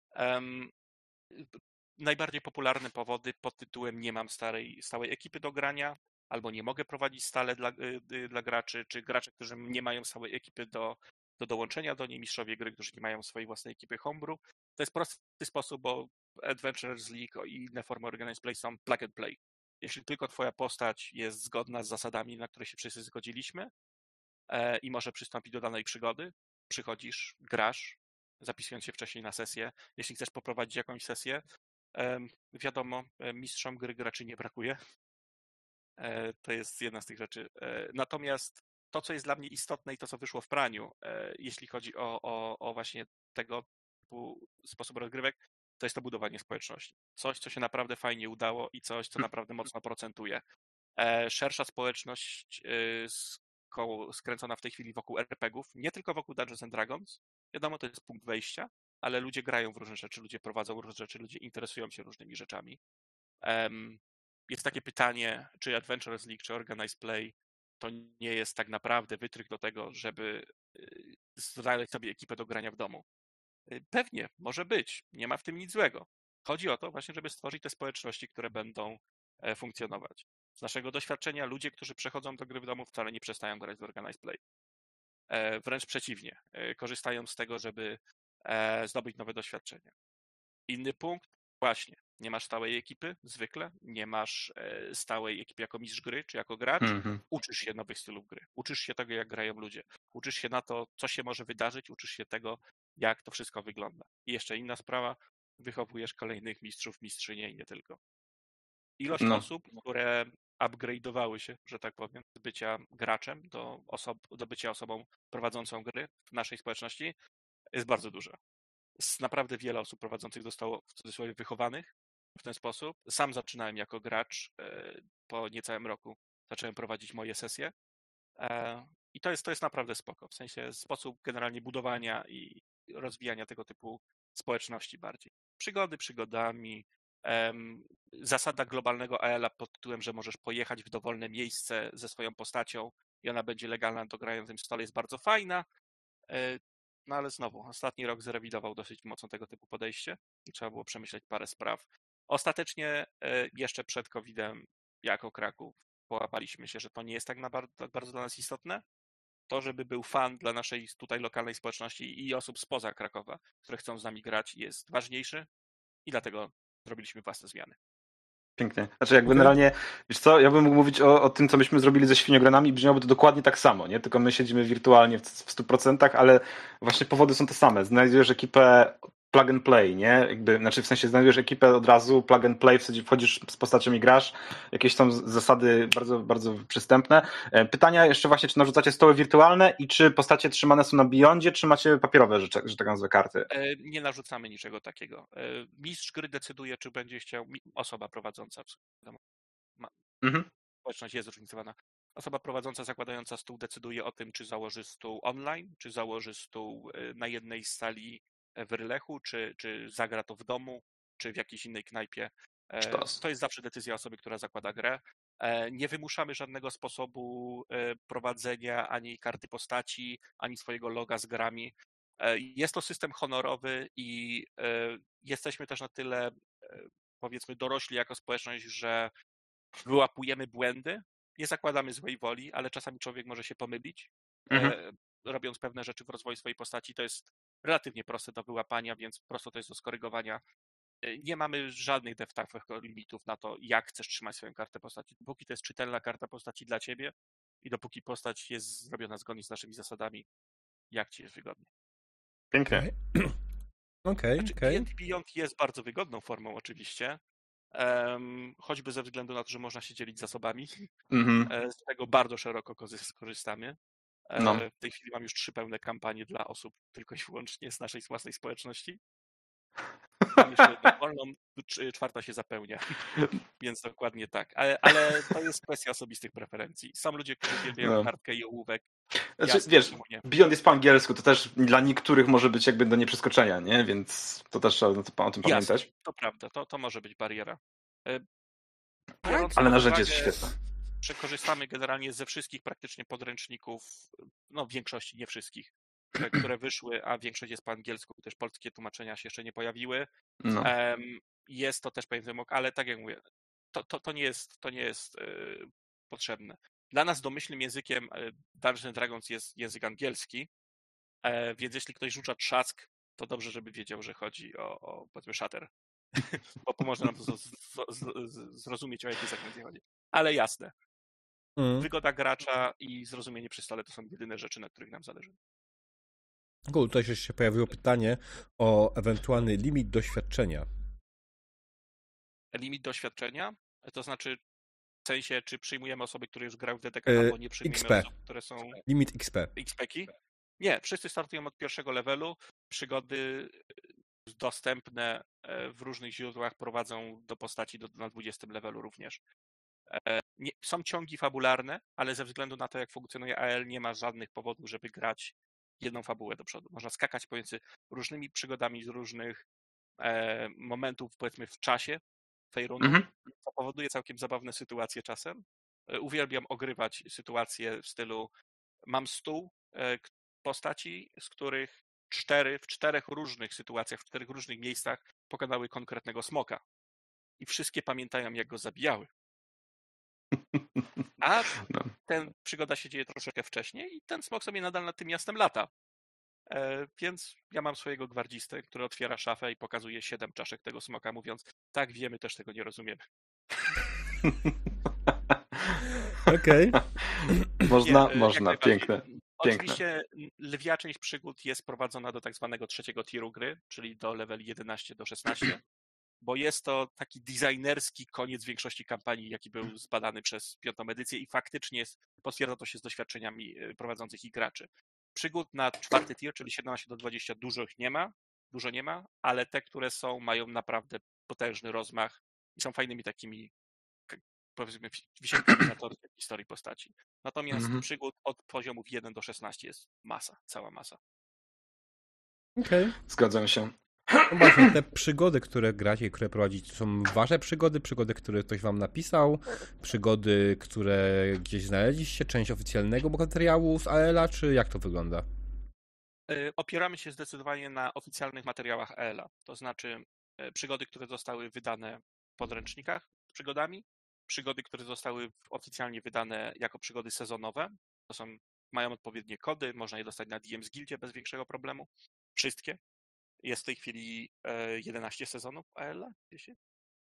[SPEAKER 3] Najbardziej popularne powody pod tytułem nie mam stałej ekipy do grania, albo nie mogę prowadzić stale dla graczy, czy gracze, którzy nie mają stałej ekipy do dołączenia do niej, mistrzowie gry, którzy nie mają swojej własnej ekipy homebrew. To jest prosty sposób, bo Adventurers League i inne formy Organized Play są plug and play. Jeśli tylko twoja postać jest zgodna z zasadami, na które się wszyscy zgodziliśmy i może przystąpić do danej przygody, przychodzisz, grasz, zapisując się wcześniej na sesję. Jeśli chcesz poprowadzić jakąś sesję, wiadomo, mistrzom gry graczy nie brakuje. To jest jedna z tych rzeczy. Natomiast to, co jest dla mnie istotne i to, co wyszło w praniu, jeśli chodzi o właśnie tego typu sposób rozgrywek, to jest to budowanie społeczności. Coś, co się naprawdę fajnie udało i coś, co naprawdę mocno procentuje. Szersza społeczność skręcona w tej chwili wokół RPG-ów, nie tylko wokół Dungeons and Dragons. Wiadomo, to jest punkt wejścia, ale ludzie grają w różne rzeczy, ludzie prowadzą różne rzeczy, ludzie interesują się różnymi rzeczami. Jest takie pytanie, czy Adventurers League, czy Organized Play to nie jest tak naprawdę wytrych do tego, żeby znaleźć sobie ekipę do grania w domu. Pewnie, może być, nie ma w tym nic złego. Chodzi o to właśnie, żeby stworzyć te społeczności, które będą funkcjonować. Z naszego doświadczenia ludzie, którzy przechodzą do gry w domu, wcale nie przestają grać w Organized Play. Wręcz przeciwnie, korzystają z tego, żeby zdobyć nowe doświadczenia. Inny punkt, właśnie, nie masz stałej ekipy, zwykle, nie masz stałej ekipy jako mistrz gry, czy jako gracz, uczysz się nowych stylów gry, uczysz się tego, jak grają ludzie, uczysz się na to, co się może wydarzyć, uczysz się tego, jak to wszystko wygląda. I jeszcze inna sprawa, wychowujesz kolejnych mistrzów, mistrzynie i nie tylko. Ilość osób, które upgrade'owały się, że tak powiem, z bycia graczem do bycia osobą prowadzącą gry w naszej społeczności jest bardzo duża. Naprawdę wiele osób prowadzących zostało w cudzysłowie wychowanych w ten sposób. Sam zaczynałem jako gracz, po niecałym roku zacząłem prowadzić moje sesje i to jest naprawdę spoko, w sensie sposób generalnie budowania i rozwijania tego typu społeczności bardziej. Przygody przygodami, zasada globalnego AL-a pod tytułem, że możesz pojechać w dowolne miejsce ze swoją postacią i ona będzie legalna do grającym stole jest bardzo fajna. No ale znowu, ostatni rok zrewidował dosyć mocno tego typu podejście i trzeba było przemyśleć parę spraw. Ostatecznie jeszcze przed COVID-em jako Kraków połapaliśmy się, że to nie jest tak bardzo dla nas istotne. To, żeby był fan dla naszej tutaj lokalnej społeczności i osób spoza Krakowa, które chcą z nami grać, jest ważniejszy i dlatego zrobiliśmy własne zmiany.
[SPEAKER 2] Pięknie. Znaczy jak generalnie, wiesz co, ja bym mógł mówić o tym, co myśmy zrobili ze świniogranami i brzmiałoby to dokładnie tak samo, nie? Tylko my siedzimy wirtualnie w 100%, ale właśnie powody są te same. Znajdujesz ekipę plug and play, nie? Znaczy w sensie znajdujesz ekipę od razu, plug and play, wchodzisz z postacią i grasz. Jakieś tam zasady bardzo, bardzo przystępne. Pytania jeszcze właśnie, czy narzucacie stoły wirtualne i czy postacie trzymane są na Beyondzie, czy macie papierowe, że tak nazwę, karty?
[SPEAKER 3] Nie narzucamy niczego takiego. Mistrz gry decyduje, czy będzie chciał, osoba prowadząca, społeczność jest zróżnicowana. Osoba prowadząca, zakładająca stół decyduje o tym, czy założy stół online, czy założy stół na jednej z sali w Rylechu, czy zagra to w domu, czy w jakiejś innej knajpie. To jest zawsze decyzja osoby, która zakłada grę. Nie wymuszamy żadnego sposobu prowadzenia ani karty postaci, ani swojego loga z grami. Jest to system honorowy i jesteśmy też na tyle, powiedzmy, dorośli jako społeczność, że wyłapujemy błędy, nie zakładamy złej woli, ale czasami człowiek może się pomylić, robiąc pewne rzeczy w rozwoju swojej postaci. To jest relatywnie proste do wyłapania, więc prosto to jest do skorygowania. Nie mamy żadnych limitów na to, jak chcesz trzymać swoją kartę postaci. Dopóki to jest czytelna karta postaci dla ciebie i dopóki postać jest zrobiona zgodnie z naszymi zasadami, jak ci jest wygodnie.
[SPEAKER 2] Pięknie.
[SPEAKER 1] Okej.
[SPEAKER 3] D&D Beyond jest bardzo wygodną formą oczywiście, choćby ze względu na to, że można się dzielić zasobami, z czego bardzo szeroko korzystamy. W tej chwili mam już 3 pełne kampanie dla osób tylko i wyłącznie z naszej własnej społeczności. Mam jeszcze jedną wolną, 4. się zapełnia, więc dokładnie tak. Ale to jest kwestia osobistych preferencji. Są ludzie, którzy uwielbiają kartkę i ołówek.
[SPEAKER 2] Znaczy, wiesz, Beyond jest po angielsku, to też dla niektórych może być jakby do nieprzeskoczenia, nie? Więc to też trzeba o tym pamiętać.
[SPEAKER 3] Jasne, to prawda, to może być bariera.
[SPEAKER 2] Ale narzędzie jest świetne.
[SPEAKER 3] Korzystamy generalnie ze wszystkich praktycznie podręczników, no w większości, nie wszystkich, które wyszły, a większość jest po angielsku, też polskie tłumaczenia się jeszcze nie pojawiły. Jest to też pewien wymóg, ale tak jak mówię, to nie jest potrzebne. Dla nas domyślnym językiem Dungeons & Dragons jest język angielski, więc jeśli ktoś rzuca trzask, to dobrze, żeby wiedział, że chodzi o powiedzmy szater, bo pomoże nam to zrozumieć, o jakie zaklęcie chodzi. Ale jasne, wygoda gracza i zrozumienie przy stole to są jedyne rzeczy, na których nam zależy.
[SPEAKER 1] Cool, tutaj się pojawiło pytanie o ewentualny limit doświadczenia.
[SPEAKER 3] Limit doświadczenia? To znaczy w sensie, czy przyjmujemy osoby, które już grały w DDK, albo nie przyjmujemy osób, które są...
[SPEAKER 1] Limit XP.
[SPEAKER 3] XP-ki? Nie, wszyscy startują od 1. levelu. Przygody dostępne w różnych źródłach prowadzą do postaci na 20. levelu również. Są ciągi fabularne, ale ze względu na to, jak funkcjonuje AL, nie ma żadnych powodów, żeby grać jedną fabułę do przodu. Można skakać pomiędzy różnymi przygodami z różnych momentów, powiedzmy, w czasie tej rundy, co powoduje całkiem zabawne sytuacje czasem. Uwielbiam ogrywać sytuacje w stylu mam stół postaci, z których w 4 różnych sytuacjach, w 4 różnych miejscach pokonały konkretnego smoka. I wszystkie pamiętają, jak go zabijały. A ten przygoda się dzieje troszeczkę wcześniej i ten smok sobie nadal nad tym miastem lata. Więc ja mam swojego gwardzistę, który otwiera szafę i pokazuje 7 czaszek tego smoka, mówiąc, tak, wiemy, też tego nie rozumiemy.
[SPEAKER 1] Okej.
[SPEAKER 2] Można, piękne.
[SPEAKER 3] Oczywiście lwia część przygód jest prowadzona do tak zwanego 3. tieru gry, czyli do leveli 11 do 16, bo jest to taki designerski koniec większości kampanii, jaki był zbadany przez 5. edycję i faktycznie potwierdza to się z doświadczeniami prowadzących ich graczy. Przygód na 4. tier, czyli 17 do 20 dużo nie ma, ale te, które są, mają naprawdę potężny rozmach i są fajnymi takimi, powiedzmy, wisienkami na torcie historii postaci. Natomiast przygód od poziomów 1 do 16 jest masa, cała masa.
[SPEAKER 1] Okej.
[SPEAKER 2] Zgadzam się.
[SPEAKER 1] No właśnie, te przygody, które gracie, które prowadzicie, to są wasze przygody, które ktoś wam napisał, przygody, które gdzieś znaleźliście, część oficjalnego materiału z AEL-a, czy jak to wygląda?
[SPEAKER 3] Opieramy się zdecydowanie na oficjalnych materiałach AEL-a, to znaczy przygody, które zostały wydane w podręcznikach z przygodami, przygody, które zostały oficjalnie wydane jako przygody sezonowe, mają odpowiednie kody, można je dostać na DM's Guildzie bez większego problemu, wszystkie. Jest w tej chwili 11 sezonów AEL-a, 10?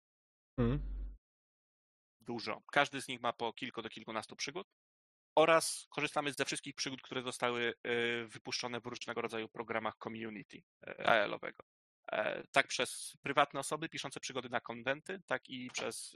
[SPEAKER 3] Dużo. Każdy z nich ma po kilku do kilkunastu przygód. Oraz korzystamy ze wszystkich przygód, które zostały wypuszczone w różnego rodzaju programach community AEL-owego. Tak przez prywatne osoby piszące przygody na konwenty, tak i przez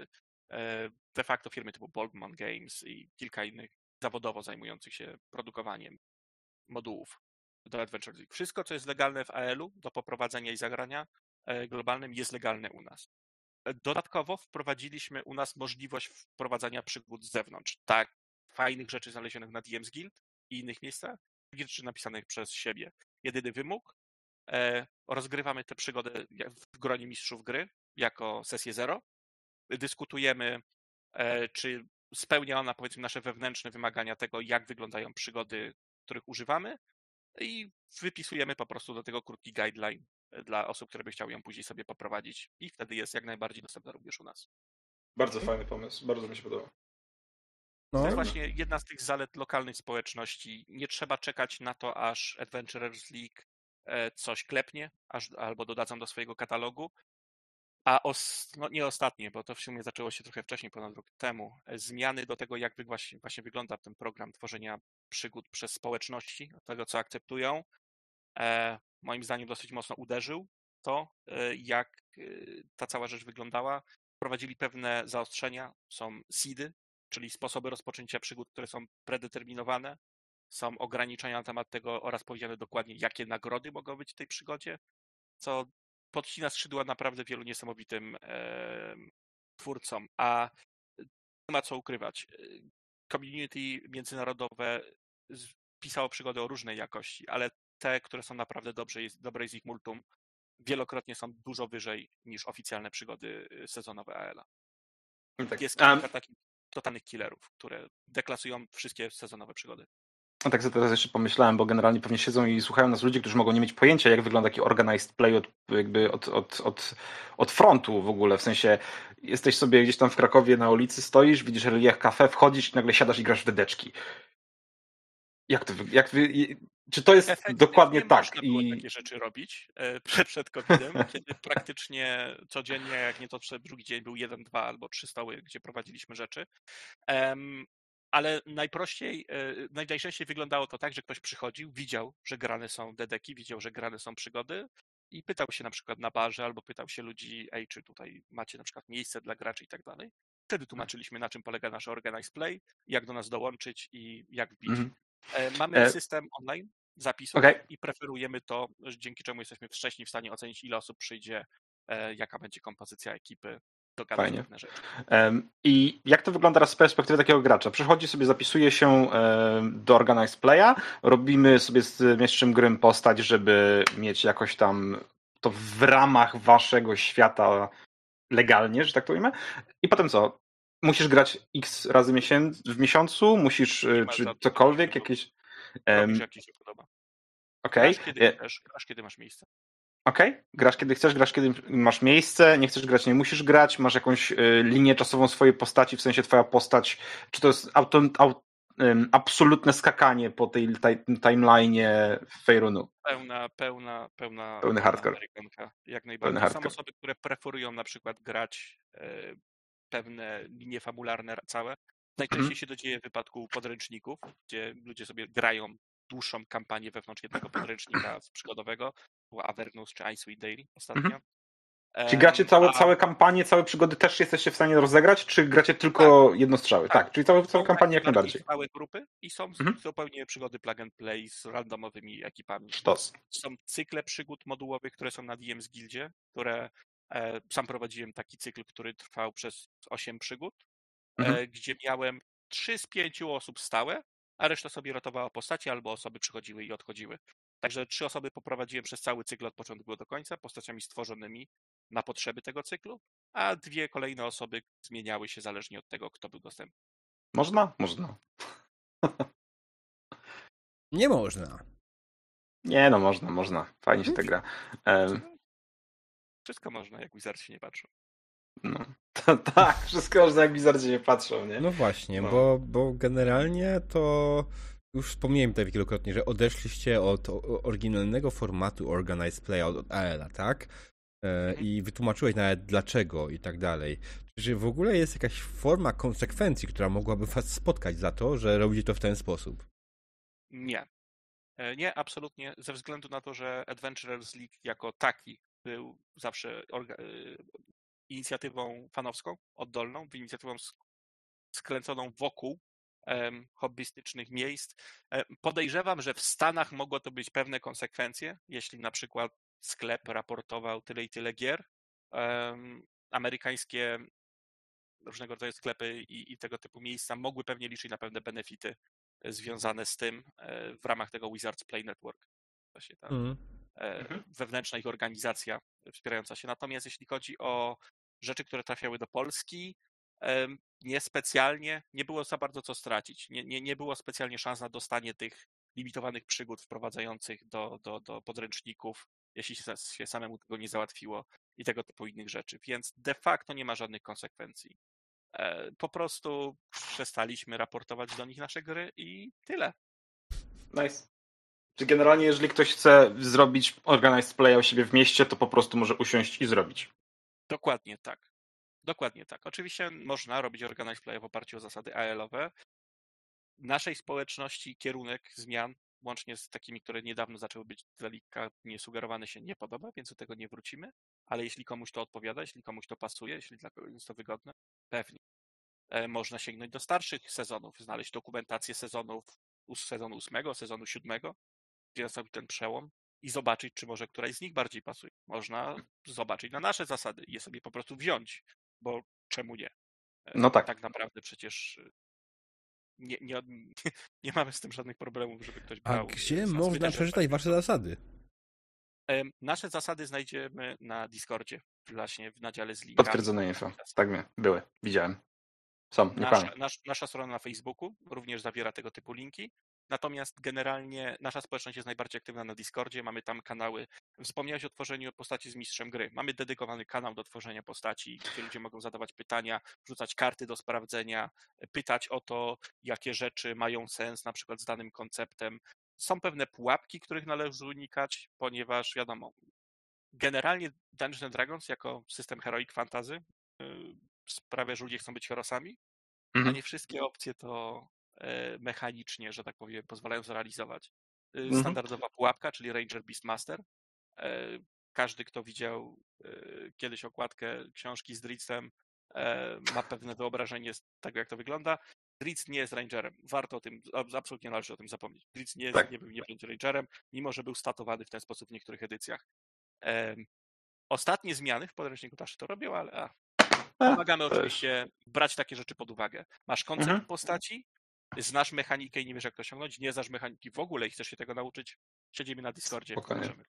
[SPEAKER 3] de facto firmy typu Boldman Games i kilka innych zawodowo zajmujących się produkowaniem modułów do Adventure League. Wszystko, co jest legalne w AEL-u do poprowadzenia i zagrania globalnym, jest legalne u nas. Dodatkowo wprowadziliśmy u nas możliwość wprowadzania przygód z zewnątrz. Tak, fajnych rzeczy znalezionych na DM's Guild i innych miejscach, rzeczy napisanych przez siebie. Jedyny wymóg, rozgrywamy tę przygodę w gronie mistrzów gry jako sesję 0. Dyskutujemy, czy spełnia ona, powiedzmy, nasze wewnętrzne wymagania tego, jak wyglądają przygody, których używamy i wypisujemy po prostu do tego krótki guideline dla osób, które by chciały ją później sobie poprowadzić i wtedy jest jak najbardziej dostępna również u nas.
[SPEAKER 2] Bardzo fajny pomysł, bardzo mi się podoba.
[SPEAKER 3] To jest właśnie jedna z tych zalet lokalnych społeczności. Nie trzeba czekać na to, aż Adventurers League coś klepnie, albo dodadzą do swojego katalogu. A nie ostatnie, bo to w sumie zaczęło się trochę wcześniej, ponad rok temu. Zmiany do tego, jak właśnie wygląda ten program tworzenia przygód przez społeczności, tego, co akceptują, moim zdaniem dosyć mocno uderzył to, jak ta cała rzecz wyglądała. Wprowadzili pewne zaostrzenia, są seedy, czyli sposoby rozpoczęcia przygód, które są predeterminowane, są ograniczenia na temat tego oraz powiedziane dokładnie, jakie nagrody mogą być w tej przygodzie, co podcina skrzydła naprawdę wielu niesamowitym twórcom, a nie ma co ukrywać. Community międzynarodowe pisało przygody o różnej jakości, ale te, które są naprawdę dobre z ich multum, wielokrotnie są dużo wyżej niż oficjalne przygody sezonowe AEL-a.
[SPEAKER 2] Tak.
[SPEAKER 3] Jest kilka takich totalnych killerów, które deklasują wszystkie sezonowe przygody.
[SPEAKER 2] No tak sobie teraz jeszcze pomyślałem, bo generalnie pewnie siedzą i słuchają nas ludzie, którzy mogą nie mieć pojęcia, jak wygląda taki organized play od frontu w ogóle. W sensie jesteś sobie gdzieś tam w Krakowie na ulicy, stoisz, widzisz relief cafe, wchodzisz i nagle siadasz i grasz w dedeczki. Czy to jest dokładnie tak?
[SPEAKER 3] Można było takie rzeczy robić przed COVID-em, kiedy praktycznie codziennie, jak nie to drugi dzień, był 1, 2 albo 3 stoły, gdzie prowadziliśmy rzeczy. Ale najczęściej wyglądało to tak, że ktoś przychodził, widział, że grane są dedeki, widział, że grane są przygody i pytał się na przykład na barze albo pytał się ludzi, czy tutaj macie na przykład miejsce dla graczy i tak dalej. Wtedy tłumaczyliśmy, na czym polega nasz organized play, jak do nas dołączyć i jak wbić. Mamy system online zapisów i preferujemy to, dzięki czemu jesteśmy wcześniej w stanie ocenić, ile osób przyjdzie, jaka będzie kompozycja ekipy, dogadać pewne rzeczy.
[SPEAKER 2] I jak to wygląda teraz z perspektywy takiego gracza? Przychodzi sobie, zapisuje się do Organized Playa, robimy sobie z mistrzem gry postać, żeby mieć jakoś tam to w ramach waszego świata legalnie, że tak to ujmę. I potem co? musisz grać x razy w miesiącu? Musisz, czy cokolwiek? Jakieś...
[SPEAKER 3] Robisz jak ci się podoba.
[SPEAKER 2] Okej.
[SPEAKER 3] Grasz kiedy chcesz, grasz kiedy masz miejsce.
[SPEAKER 2] Okej. Grasz kiedy chcesz, grasz kiedy masz miejsce, nie chcesz grać, nie musisz grać, masz jakąś linię czasową swojej postaci, w sensie twoja postać, czy to jest absolutne skakanie po tej timeline'ie Faerunu?
[SPEAKER 3] Pełny
[SPEAKER 2] hardcore.
[SPEAKER 3] Amerykanka, jak najbardziej. Są osoby, które preferują na przykład grać pewne linie fabularne całe. Najczęściej się to dzieje w wypadku podręczników, gdzie ludzie sobie grają dłuższą kampanię wewnątrz jednego podręcznika przygodowego. Była Avernus czy Icewind Dale ostatnio.
[SPEAKER 2] Czy gracie całe kampanie, całe przygody też jesteście w stanie rozegrać, czy gracie tylko jednostrzały? Tak, czyli całe kampanie jak najbardziej.
[SPEAKER 3] Całe grupy i są zupełnie przygody plug and play z randomowymi ekipami.
[SPEAKER 2] Sztos.
[SPEAKER 3] Są cykle przygód modułowych, które są na DM's Guildzie, które sam prowadziłem taki cykl, który trwał przez 8 przygód, gdzie miałem 3 z 5 osób stałe, a reszta sobie rotowała postacie albo osoby przychodziły i odchodziły. Także 3 osoby poprowadziłem przez cały cykl od początku do końca, postaciami stworzonymi na potrzeby tego cyklu, a 2 kolejne osoby zmieniały się zależnie od tego, kto był dostępny.
[SPEAKER 2] Można? Można.
[SPEAKER 1] Nie można.
[SPEAKER 2] Nie, no można. Fajnie się ta gra.
[SPEAKER 3] Wszystko można, jak Wizard się nie patrzą.
[SPEAKER 2] No. Tak, wszystko można, jak Wizardzi nie patrzą, nie?
[SPEAKER 1] No właśnie, bo generalnie to już wspomniałem tutaj wielokrotnie, że odeszliście od oryginalnego formatu Organized Play od AEL-a, tak? I wytłumaczyłeś nawet dlaczego i tak dalej. Czy w ogóle jest jakaś forma konsekwencji, która mogłaby was spotkać za to, że robicie to w ten sposób?
[SPEAKER 3] Nie. Nie, absolutnie. Ze względu na to, że Adventurers League jako taki był zawsze inicjatywą fanowską, oddolną, inicjatywą skręconą wokół hobbystycznych miejsc. Podejrzewam, że w Stanach mogło to być pewne konsekwencje, jeśli na przykład sklep raportował tyle i tyle gier. Amerykańskie różnego rodzaju sklepy i tego typu miejsca mogły pewnie liczyć na pewne benefity związane z tym w ramach tego Wizards Play Network. Właśnie ta wewnętrzna ich organizacja wspierająca się. Natomiast jeśli chodzi o rzeczy, które trafiały do Polski, niespecjalnie, nie było za bardzo co stracić. Nie było specjalnie szans na dostanie tych limitowanych przygód wprowadzających do podręczników, jeśli się samemu tego nie załatwiło i tego typu innych rzeczy. Więc de facto nie ma żadnych konsekwencji. Po prostu przestaliśmy raportować do nich nasze gry i tyle.
[SPEAKER 2] Nice. Czy generalnie, jeżeli ktoś chce zrobić organized play u siebie w mieście, to po prostu może usiąść i zrobić?
[SPEAKER 3] Dokładnie tak. Dokładnie tak. Oczywiście można robić organized play w oparciu o zasady AL-owe. Naszej społeczności kierunek zmian, łącznie z takimi, które niedawno zaczęły być delikatnie sugerowane, się nie podoba, więc do tego nie wrócimy. Ale jeśli komuś to odpowiada, jeśli komuś to pasuje, jeśli dla kogoś jest to wygodne, pewnie. Można sięgnąć do starszych sezonów, znaleźć dokumentację sezonu 8, sezonu 7, gdzie nastąpi ten przełom i zobaczyć, czy może któraś z nich bardziej pasuje. Można zobaczyć na nasze zasady i je sobie po prostu wziąć, bo czemu nie?
[SPEAKER 2] No tak.
[SPEAKER 3] Tak naprawdę przecież nie mamy z tym żadnych problemów, żeby ktoś brał.
[SPEAKER 1] A gdzie można przeczytać wasze zasady?
[SPEAKER 3] Nasze zasady znajdziemy na Discordzie, właśnie na dziale z linkami.
[SPEAKER 2] Potwierdzone info. Tak, były. Widziałem. Są, nie
[SPEAKER 3] Nasza strona na Facebooku również zawiera tego typu linki. Natomiast generalnie nasza społeczność jest najbardziej aktywna na Discordzie. Mamy tam kanały. Wspomniałeś o tworzeniu postaci z mistrzem gry. Mamy dedykowany kanał do tworzenia postaci, gdzie ludzie mogą zadawać pytania, wrzucać karty do sprawdzenia, pytać o to, jakie rzeczy mają sens, na przykład z danym konceptem. Są pewne pułapki, których należy unikać, ponieważ wiadomo, generalnie Dungeons & Dragons jako system heroic fantasy sprawia, że ludzie chcą być herosami, a nie wszystkie opcje to mechanicznie, że tak powiem, pozwalają zrealizować. Standardowa pułapka, czyli Ranger Beastmaster. Każdy, kto widział kiedyś okładkę książki z Dritzem, ma pewne wyobrażenie z tego, jak to wygląda. Dritz nie jest Rangerem. Warto o tym, absolutnie należy o tym zapomnieć. Dritz nie będzie Rangerem, mimo że był statowany w ten sposób w niektórych edycjach. Ostatnie zmiany w podręczniku też to robią, ale pomagamy oczywiście brać takie rzeczy pod uwagę. Masz koncept postaci, znasz mechanikę i nie wiesz, jak to osiągnąć, nie znasz mechaniki w ogóle i chcesz się tego nauczyć, siedzimy na Discordzie.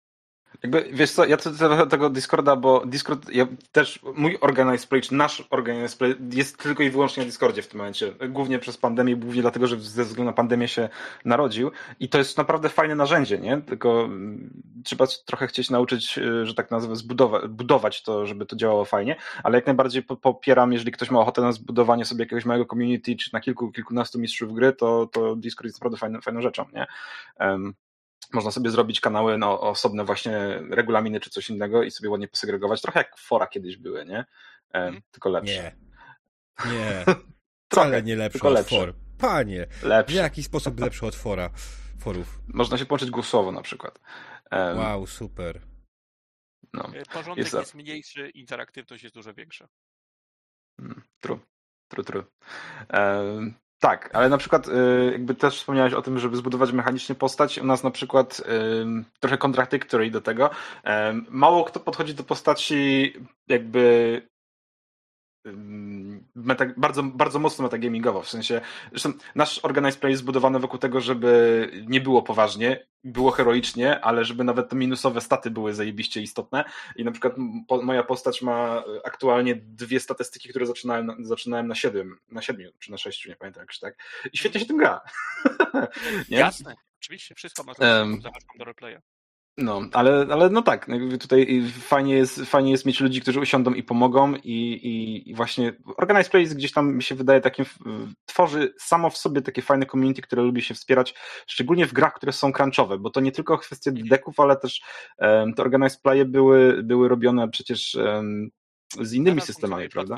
[SPEAKER 2] Jakby, wiesz co, ja trochę tego Discorda, bo Discord, mój Organized Play, czy nasz Organized Play jest tylko i wyłącznie na Discordzie w tym momencie. Głównie przez pandemię, głównie dlatego, że ze względu na pandemię się narodził i to jest naprawdę fajne narzędzie, nie? Tylko trzeba trochę chcieć nauczyć, że tak nazwę, budować to, żeby to działało fajnie, ale jak najbardziej popieram, jeżeli ktoś ma ochotę na zbudowanie sobie jakiegoś małego community, czy na kilkunastu mistrzów gry, to Discord jest naprawdę fajną rzeczą, nie? Można sobie zrobić kanały na osobne właśnie regulaminy czy coś innego i sobie ładnie posegregować. Trochę jak fora kiedyś były, nie? Tylko lepsze.
[SPEAKER 1] Nie.
[SPEAKER 2] Trochę,
[SPEAKER 1] Wcale nie lepsze
[SPEAKER 2] tylko
[SPEAKER 1] od
[SPEAKER 2] lepsze.
[SPEAKER 1] for. Panie,
[SPEAKER 2] Lepsze.
[SPEAKER 1] w jaki sposób lepsze od forów?
[SPEAKER 2] Można się połączyć głosowo na przykład.
[SPEAKER 1] Wow, super.
[SPEAKER 3] No. Porządek jest mniejszy, interaktywność jest dużo większa.
[SPEAKER 2] True. Tak, ale na przykład jakby też wspomniałeś o tym, żeby zbudować mechanicznie postać. U nas na przykład trochę contradictory do tego. Mało kto podchodzi do postaci jakby bardzo, bardzo mocno metagamingowo, w sensie, zresztą nasz Organized Play jest zbudowany wokół tego, żeby nie było poważnie, było heroicznie, ale żeby nawet te minusowe staty były zajebiście istotne i na przykład moja postać ma aktualnie 2 statystyki, które zaczynałem na 7 czy na 6, nie pamiętam jakoś tak. I świetnie się tym gra.
[SPEAKER 3] Jasne, oczywiście, wszystko można zahaczką do roleplaya.
[SPEAKER 2] No, ale no tak, tutaj fajnie jest mieć ludzi, którzy usiądą i pomogą i właśnie Organized Play gdzieś tam mi się wydaje takim, tworzy samo w sobie takie fajne community, które lubi się wspierać, szczególnie w grach, które są crunchowe, bo to nie tylko kwestie deków, ale też te Organized Playe były robione przecież z innymi systemami, prawda?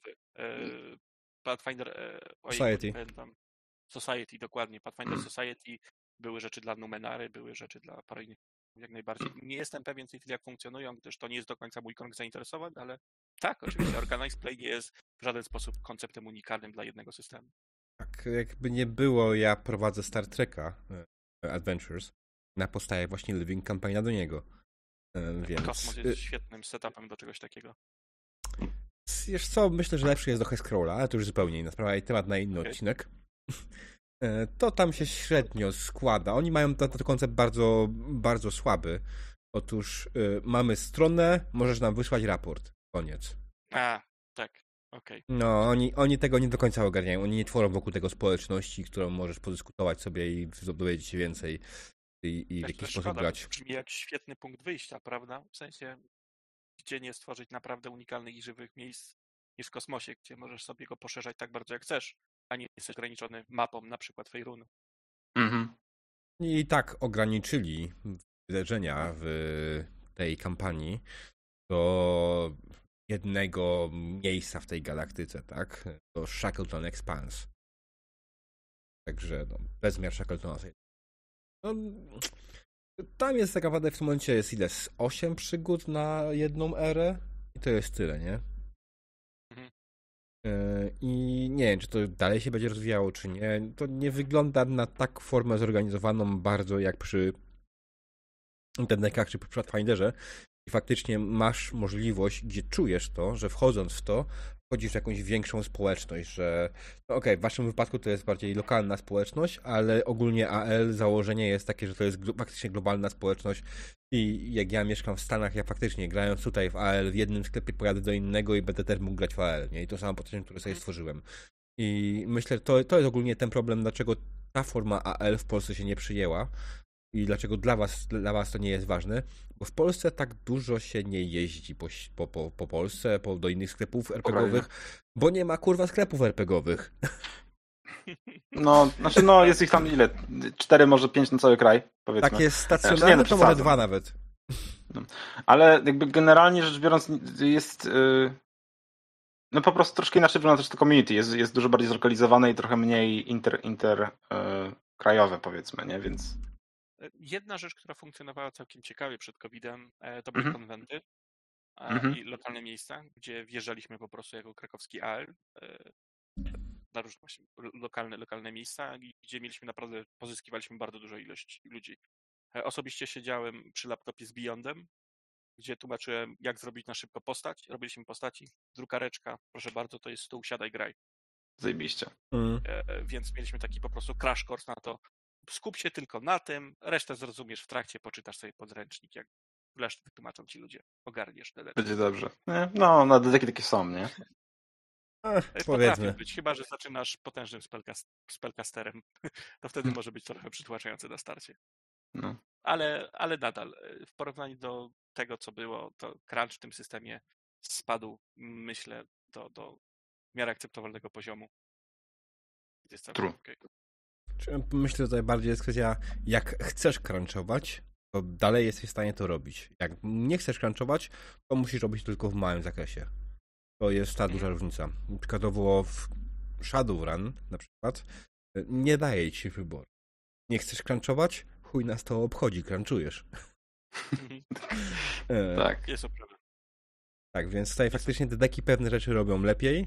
[SPEAKER 3] Pathfinder
[SPEAKER 1] Society.
[SPEAKER 3] Society, dokładnie. Pathfinder Society, były rzeczy dla Numenary, były rzeczy dla paru innych, jak najbardziej. Nie jestem pewien w tej chwili, jak funkcjonują, gdyż to nie jest do końca mój krąg zainteresowań, ale tak, oczywiście Organized Play nie jest w żaden sposób konceptem unikalnym dla jednego systemu.
[SPEAKER 1] Tak, jakby nie było, ja prowadzę Star Treka Adventures na podstawie właśnie Living Campaigna do niego. Więc...
[SPEAKER 3] Kosmos jest świetnym setupem do czegoś takiego.
[SPEAKER 1] Wiesz co, myślę, że lepszy jest do Hexcrawla, ale to już zupełnie inna sprawa i temat na inny odcinek. To tam się średnio składa. Oni mają na to koncept bardzo, bardzo słaby. Otóż mamy stronę, możesz nam wysłać raport. Koniec.
[SPEAKER 3] Tak, okej.
[SPEAKER 1] No, oni tego nie do końca ogarniają. Oni nie tworzą wokół tego społeczności, którą możesz podyskutować sobie i dowiedzieć się więcej i w jakiś sposób grać.
[SPEAKER 3] Brzmi jak świetny punkt wyjścia, prawda? W sensie, gdzie nie stworzyć naprawdę unikalnych i żywych miejsc niż w kosmosie, gdzie możesz sobie go poszerzać tak bardzo jak chcesz, a nie jest ograniczony mapą, na przykład Fejrunu.
[SPEAKER 1] I tak ograniczyli wydarzenia w tej kampanii do jednego miejsca w tej galaktyce, tak? Do Shackleton Expanse. Także bezmiar Shackletona. No, tam jest tak naprawdę w tym momencie jest ile? 8 przygód na jedną erę? I to jest tyle, nie? I nie wiem, czy to dalej się będzie rozwijało, czy nie. To nie wygląda na tak formę zorganizowaną bardzo jak przy Internetach czy przy Pathfinderze. I faktycznie masz możliwość, gdzie czujesz to, że wchodząc w to, wchodzisz w jakąś większą społeczność, że no okej, w waszym wypadku to jest bardziej lokalna społeczność, ale ogólnie AL założenie jest takie, że to jest faktycznie globalna społeczność i jak ja mieszkam w Stanach, ja faktycznie grając tutaj w AL w jednym sklepie pojadę do innego i będę też mógł grać w AL, nie? I to samo podejście, które sobie stworzyłem. I myślę, że to jest ogólnie ten problem, dlaczego ta forma AL w Polsce się nie przyjęła i dlaczego dla was to nie jest ważne, bo w Polsce tak dużo się nie jeździ po Polsce, do innych sklepów RPGowych, bo nie ma kurwa sklepów RPGowych.
[SPEAKER 2] No, znaczy jest ich tam ile? 4, może 5 na cały kraj, powiedzmy.
[SPEAKER 1] Tak jest stacjonarne, to może 2 nawet.
[SPEAKER 2] No. Ale jakby generalnie rzecz biorąc jest no po prostu troszkę inaczej wygląda też to community. Jest dużo bardziej zlokalizowane i trochę mniej krajowe, powiedzmy, nie? Więc
[SPEAKER 3] jedna rzecz, która funkcjonowała całkiem ciekawie przed COVID-em, to były konwenty i lokalne miejsca, gdzie wjeżdżaliśmy po prostu jako krakowski AL na różne właśnie lokalne miejsca, gdzie pozyskiwaliśmy bardzo dużą ilość ludzi. Osobiście siedziałem przy laptopie z Beyondem, gdzie tłumaczyłem, jak zrobić na szybko postać. Robiliśmy postaci, drukareczka, proszę bardzo, to jest stół, siadaj, graj.
[SPEAKER 2] Zajebiście.
[SPEAKER 3] Więc mieliśmy taki po prostu crash course na to. Skup się tylko na tym, resztę zrozumiesz w trakcie, poczytasz sobie podręcznik, jak resztę wytłumaczą ci ludzie. Ogarniesz DD.
[SPEAKER 2] Będzie dobrze. Nie? No, na dedeki takie są, nie?
[SPEAKER 3] Potrafię
[SPEAKER 1] Powiedzmy.
[SPEAKER 3] być, chyba że zaczynasz potężnym spellcasterem. To wtedy może być trochę przytłaczające na starcie.
[SPEAKER 2] No.
[SPEAKER 3] Ale nadal, w porównaniu do tego, co było, to crunch w tym systemie spadł, myślę, do w miarę akceptowalnego poziomu. Jest całkiem okej.
[SPEAKER 1] Myślę, że tutaj bardziej jest kwestia, jak chcesz crunchować, to dalej jesteś w stanie to robić. Jak nie chcesz crunchować, to musisz robić tylko w małym zakresie. To jest ta duża różnica. Przykładowo w Shadowrun na przykład nie daje ci wyboru. Nie chcesz crunchować? Chuj nas to obchodzi, crunchujesz.
[SPEAKER 2] Tak.
[SPEAKER 3] Jest to prawda.
[SPEAKER 1] Tak, więc tutaj faktycznie te deki pewne rzeczy robią lepiej.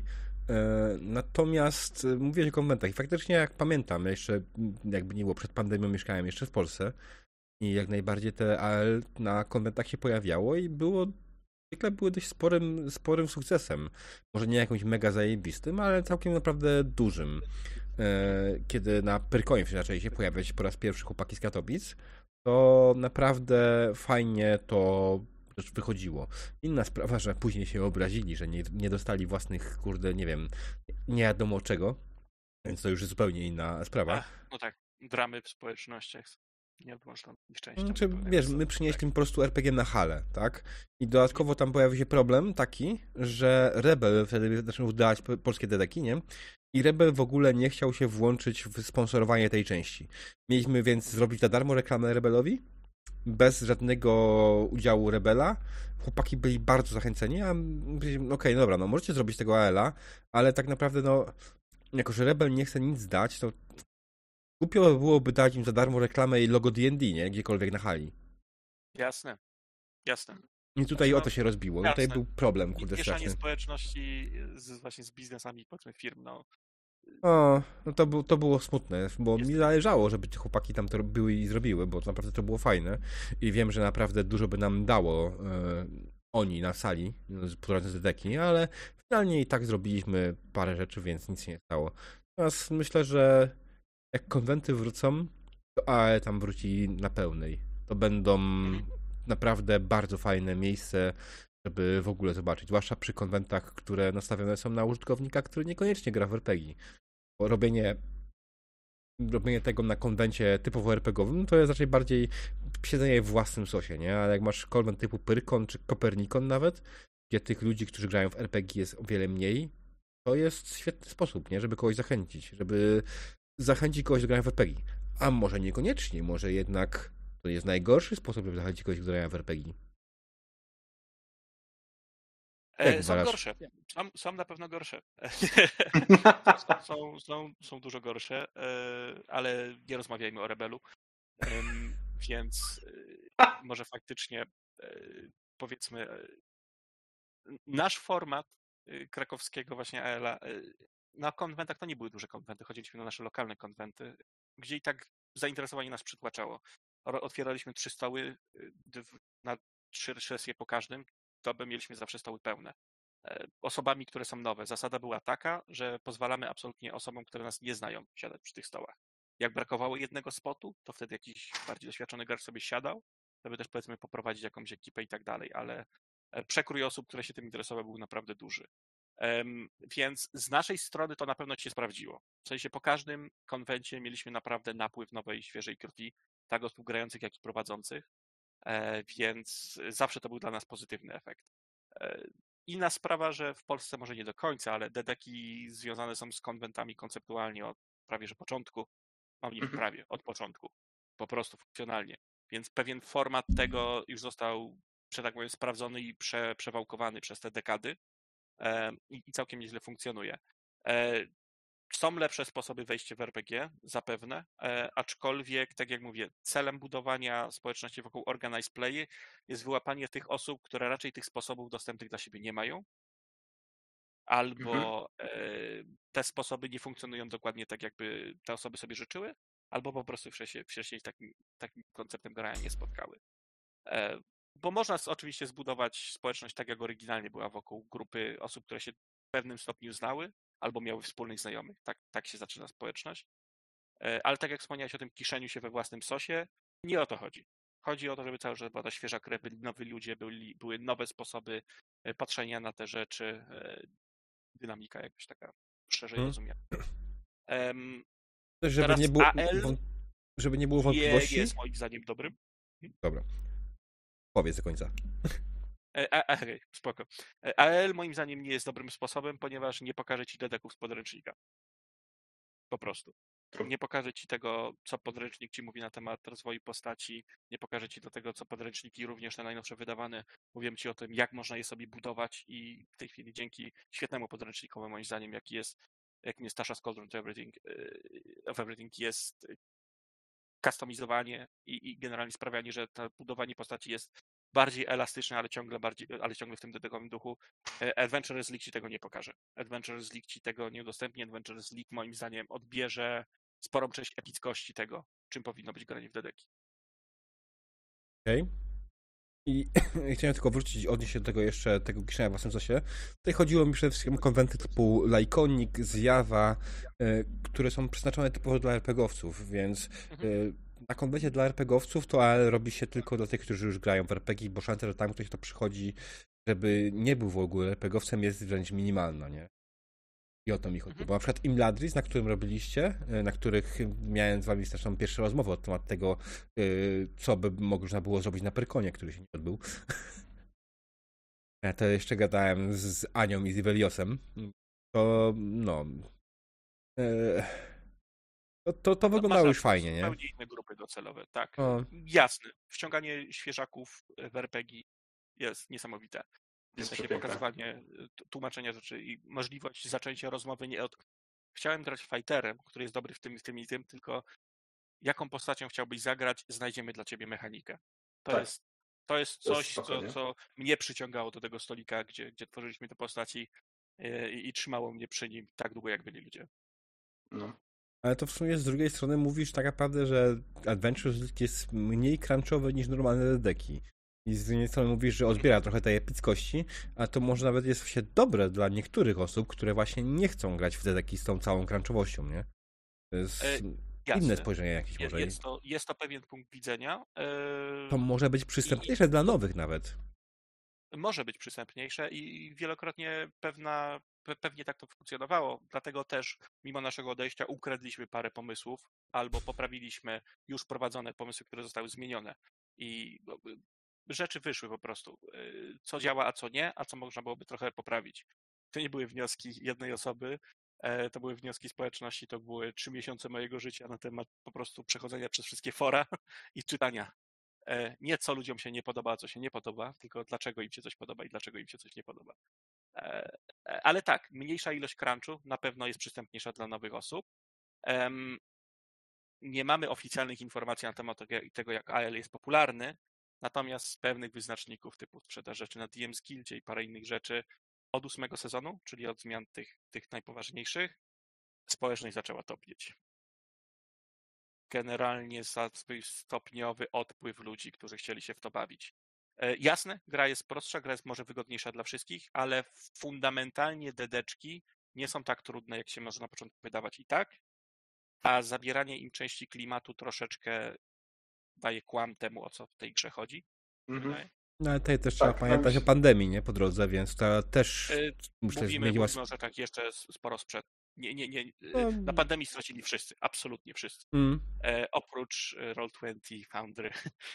[SPEAKER 1] Natomiast mówiłeś o konwentach i faktycznie jak pamiętam, jeszcze jakby nie było, przed pandemią mieszkałem jeszcze w Polsce i jak najbardziej te AL na konwentach się pojawiało i zwykle były dość sporym sukcesem. Może nie jakimś mega zajebistym, ale całkiem naprawdę dużym. Kiedy na Pyrkonie zaczęli się pojawiać po raz pierwszy chłopaki z Katowic, to naprawdę fajnie to też wychodziło. Inna sprawa, że później się obrazili, że nie dostali własnych, kurde, nie wiem, nie wiadomo czego, więc to już jest zupełnie inna sprawa.
[SPEAKER 3] No tak, dramy w społecznościach nie można nieszczęścia.
[SPEAKER 1] Znaczy, wiesz, my przynieśliśmy po prostu RPG na halę, tak? I dodatkowo tam pojawił się problem taki, że Rebel wtedy zaczął wydawać polskie dedeki, nie? I Rebel w ogóle nie chciał się włączyć w sponsorowanie tej części. Mieliśmy więc zrobić za darmo reklamę Rebelowi, bez żadnego udziału Rebela. Chłopaki byli bardzo zachęceni, a okej, dobra, no możecie zrobić tego AL-a, ale tak naprawdę, no, jako że Rebel nie chce nic dać, to głupio byłoby dać im za darmo reklamę i logo D&D, nie? Gdziekolwiek na hali.
[SPEAKER 3] Jasne.
[SPEAKER 1] I tutaj o to się rozbiło.
[SPEAKER 3] Jasne.
[SPEAKER 1] Tutaj był problem, kurde,
[SPEAKER 3] Mieszanie
[SPEAKER 1] straszny.
[SPEAKER 3] społeczności właśnie z biznesami, powiedzmy, firm, no.
[SPEAKER 1] O, no to było smutne, bo
[SPEAKER 3] Jest
[SPEAKER 1] mi zależało, żeby te chłopaki tam to były i zrobiły, bo to naprawdę to było fajne. I wiem, że naprawdę dużo by nam dało oni na sali, prowadząc te deki, ale finalnie i tak zrobiliśmy parę rzeczy, więc nic się nie stało. Teraz myślę, że jak konwenty wrócą, to AE tam wróci na pełnej. To będą naprawdę bardzo fajne miejsce, żeby w ogóle zobaczyć. Zwłaszcza przy konwentach, które nastawione są na użytkownika, który niekoniecznie gra w RPG. Bo robienie tego na konwencie typowo RPGowym to jest raczej bardziej siedzenie w własnym sosie, nie? Ale jak masz konwent typu Pyrkon czy Kopernikon nawet, gdzie tych ludzi, którzy grają w RPG jest o wiele mniej, to jest świetny sposób, nie? Żeby kogoś zachęcić, żeby zachęcić kogoś do grania w RPG. A może niekoniecznie, może jednak to jest najgorszy sposób, żeby zachęcić kogoś do grania w RPG.
[SPEAKER 3] Są gorsze. Są na pewno gorsze. Są dużo gorsze, ale nie rozmawiajmy o Rebelu. Więc może faktycznie powiedzmy nasz format krakowskiego właśnie AL-a na konwentach to nie były duże konwenty, chodziliśmy na nasze lokalne konwenty, gdzie i tak zainteresowanie nas przytłaczało. Otwieraliśmy 3 stoły na 3 sesje po każdym, to by mieliśmy zawsze stoły pełne. Osobami, które są nowe. Zasada była taka, że pozwalamy absolutnie osobom, które nas nie znają, siadać przy tych stołach. Jak brakowało jednego spotu, to wtedy jakiś bardziej doświadczony gracz sobie siadał, żeby też powiedzmy poprowadzić jakąś ekipę i tak dalej, ale przekrój osób, które się tym interesowały, był naprawdę duży. Więc z naszej strony to na pewno się sprawdziło. W sensie po każdym konwencie mieliśmy naprawdę napływ nowej, świeżej krwi, tak osób grających, jak i prowadzących, więc zawsze to był dla nas pozytywny efekt. Inna sprawa, że w Polsce może nie do końca, ale dedeki związane są z konwentami konceptualnie od prawie że początku, prawie od początku, po prostu funkcjonalnie. Więc pewien format tego już został, że tak powiem, sprawdzony i przewałkowany przez te dekady i całkiem nieźle funkcjonuje. Są lepsze sposoby wejścia w RPG, zapewne, aczkolwiek, tak jak mówię, celem budowania społeczności wokół Organized Play jest wyłapanie tych osób, które raczej tych sposobów dostępnych dla siebie nie mają, albo te sposoby nie funkcjonują dokładnie tak, jakby te osoby sobie życzyły, albo po prostu wcześniej takim konceptem grania nie spotkały. Bo można oczywiście zbudować społeczność tak, jak oryginalnie była wokół grupy osób, które się w pewnym stopniu znały, albo miały wspólnych znajomych. Tak się zaczyna społeczność. Ale tak jak wspomniałeś o tym kiszeniu się we własnym sosie, nie o to chodzi. Chodzi o to, żeby cały czas była ta świeża krew, byli nowi ludzie, były nowe sposoby patrzenia na te rzeczy, dynamika jakaś taka szerzej rozumiana.
[SPEAKER 1] Też, żeby nie było, żeby nie było wątpliwości.
[SPEAKER 3] Jest moim zdaniem dobrym.
[SPEAKER 1] Dobra. Powiedz do końca.
[SPEAKER 3] Spoko. AL moim zdaniem nie jest dobrym sposobem, ponieważ nie pokaże ci dedeków z podręcznika. Po prostu. Nie pokaże ci tego, co podręcznik ci mówi na temat rozwoju postaci, nie pokaże ci do tego, co podręczniki, również te najnowsze wydawane, mówią ci o tym, jak można je sobie budować i w tej chwili dzięki świetnemu podręcznikowi, moim zdaniem, jakim jest Tasha's Cauldron of Everything, jest customizowanie i generalnie sprawianie, że to budowanie postaci jest bardziej elastyczne, ale ciągle w tym dedekowym duchu. Adventurers League ci tego nie pokaże. Adventurers League ci tego nie udostępni. Adventurers League moim zdaniem odbierze sporą część epickości tego, czym powinno być granie w dedeki.
[SPEAKER 1] Okej. I chciałem tylko wrócić, odnieść się do tego jeszcze, tego kieszenia w własnym sosie. Tutaj chodziło mi przede wszystkim o konwenty typu Lajkonik, Zjawa, które są przeznaczone typowo dla RPGowców, więc na konwencie dla RPGowców to AL robi się tylko dla tych, którzy już grają w RPG, bo szansa, że tam ktoś to przychodzi, żeby nie był w ogóle RPGowcem, jest wręcz minimalna, nie? I o to mi chodzi. Bo na przykład Imladris, na którym robiliście, na których miałem z wami zresztą pierwsze rozmowy na temat tego, co by można było zrobić na Pyrkonie, który się nie odbył. Ja to jeszcze gadałem z Anią i z Iveliosem. To no... To wyglądało już fajnie, nie?
[SPEAKER 3] Zupełnie inne grupy docelowe, tak. Jasne. Wciąganie świeżaków w RPG jest niesamowite. Jest takie pokazywanie, tłumaczenia rzeczy i możliwość zaczęcia rozmowy nie od chciałem grać fighterem, który jest dobry w tym i tym, tylko jaką postacią chciałbyś zagrać, znajdziemy dla ciebie mechanikę. To jest coś, co mnie przyciągało do tego stolika, gdzie tworzyliśmy te postaci i trzymało mnie przy nim tak długo, jak byli ludzie.
[SPEAKER 2] No.
[SPEAKER 1] Ale to w sumie z drugiej strony mówisz tak naprawdę, że Adventures League jest mniej crunchowe niż normalne dedeki. I z jednej strony mówisz, że odbiera trochę tej epickości, a to może nawet jest się dobre dla niektórych osób, które właśnie nie chcą grać w dedeki z tą całą crunchowością, nie? To jest inne spojrzenie jakieś może.
[SPEAKER 3] Jest to pewien punkt widzenia.
[SPEAKER 1] To może być przystępniejsze dla nowych nawet.
[SPEAKER 3] Może być przystępniejsze i wielokrotnie pewnie tak to funkcjonowało. Dlatego też mimo naszego odejścia ukradliśmy parę pomysłów albo poprawiliśmy już prowadzone pomysły, które zostały zmienione. I rzeczy wyszły po prostu. Co działa, a co nie, a co można byłoby trochę poprawić. To nie były wnioski jednej osoby, to były wnioski społeczności, to były 3 miesiące mojego życia na temat po prostu przechodzenia przez wszystkie fora i czytania. Nie co ludziom się nie podoba, a co się nie podoba, tylko dlaczego im się coś podoba i dlaczego im się coś nie podoba. Ale tak, mniejsza ilość crunchu na pewno jest przystępniejsza dla nowych osób. Nie mamy oficjalnych informacji na temat tego, jak AL jest popularny, natomiast z pewnych wyznaczników typu sprzedaż rzeczy na DM's Guildzie i parę innych rzeczy od 8 sezonu, czyli od zmian tych najpoważniejszych, społeczność zaczęła topnieć. Generalnie za stopniowy odpływ ludzi, którzy chcieli się w to bawić. Jasne, gra jest prostsza, gra jest może wygodniejsza dla wszystkich, ale fundamentalnie dedeczki nie są tak trudne, jak się może na początku wydawać i tak, a zabieranie im części klimatu troszeczkę daje kłam temu, o co w tej grze chodzi.
[SPEAKER 1] No ale tutaj też trzeba pamiętać o pandemii, nie? Po drodze, więc to też
[SPEAKER 3] mówimy o rzeczach jeszcze sporo sprzed. Nie. Na pandemii stracili wszyscy, absolutnie wszyscy. Oprócz Roll20, Foundry.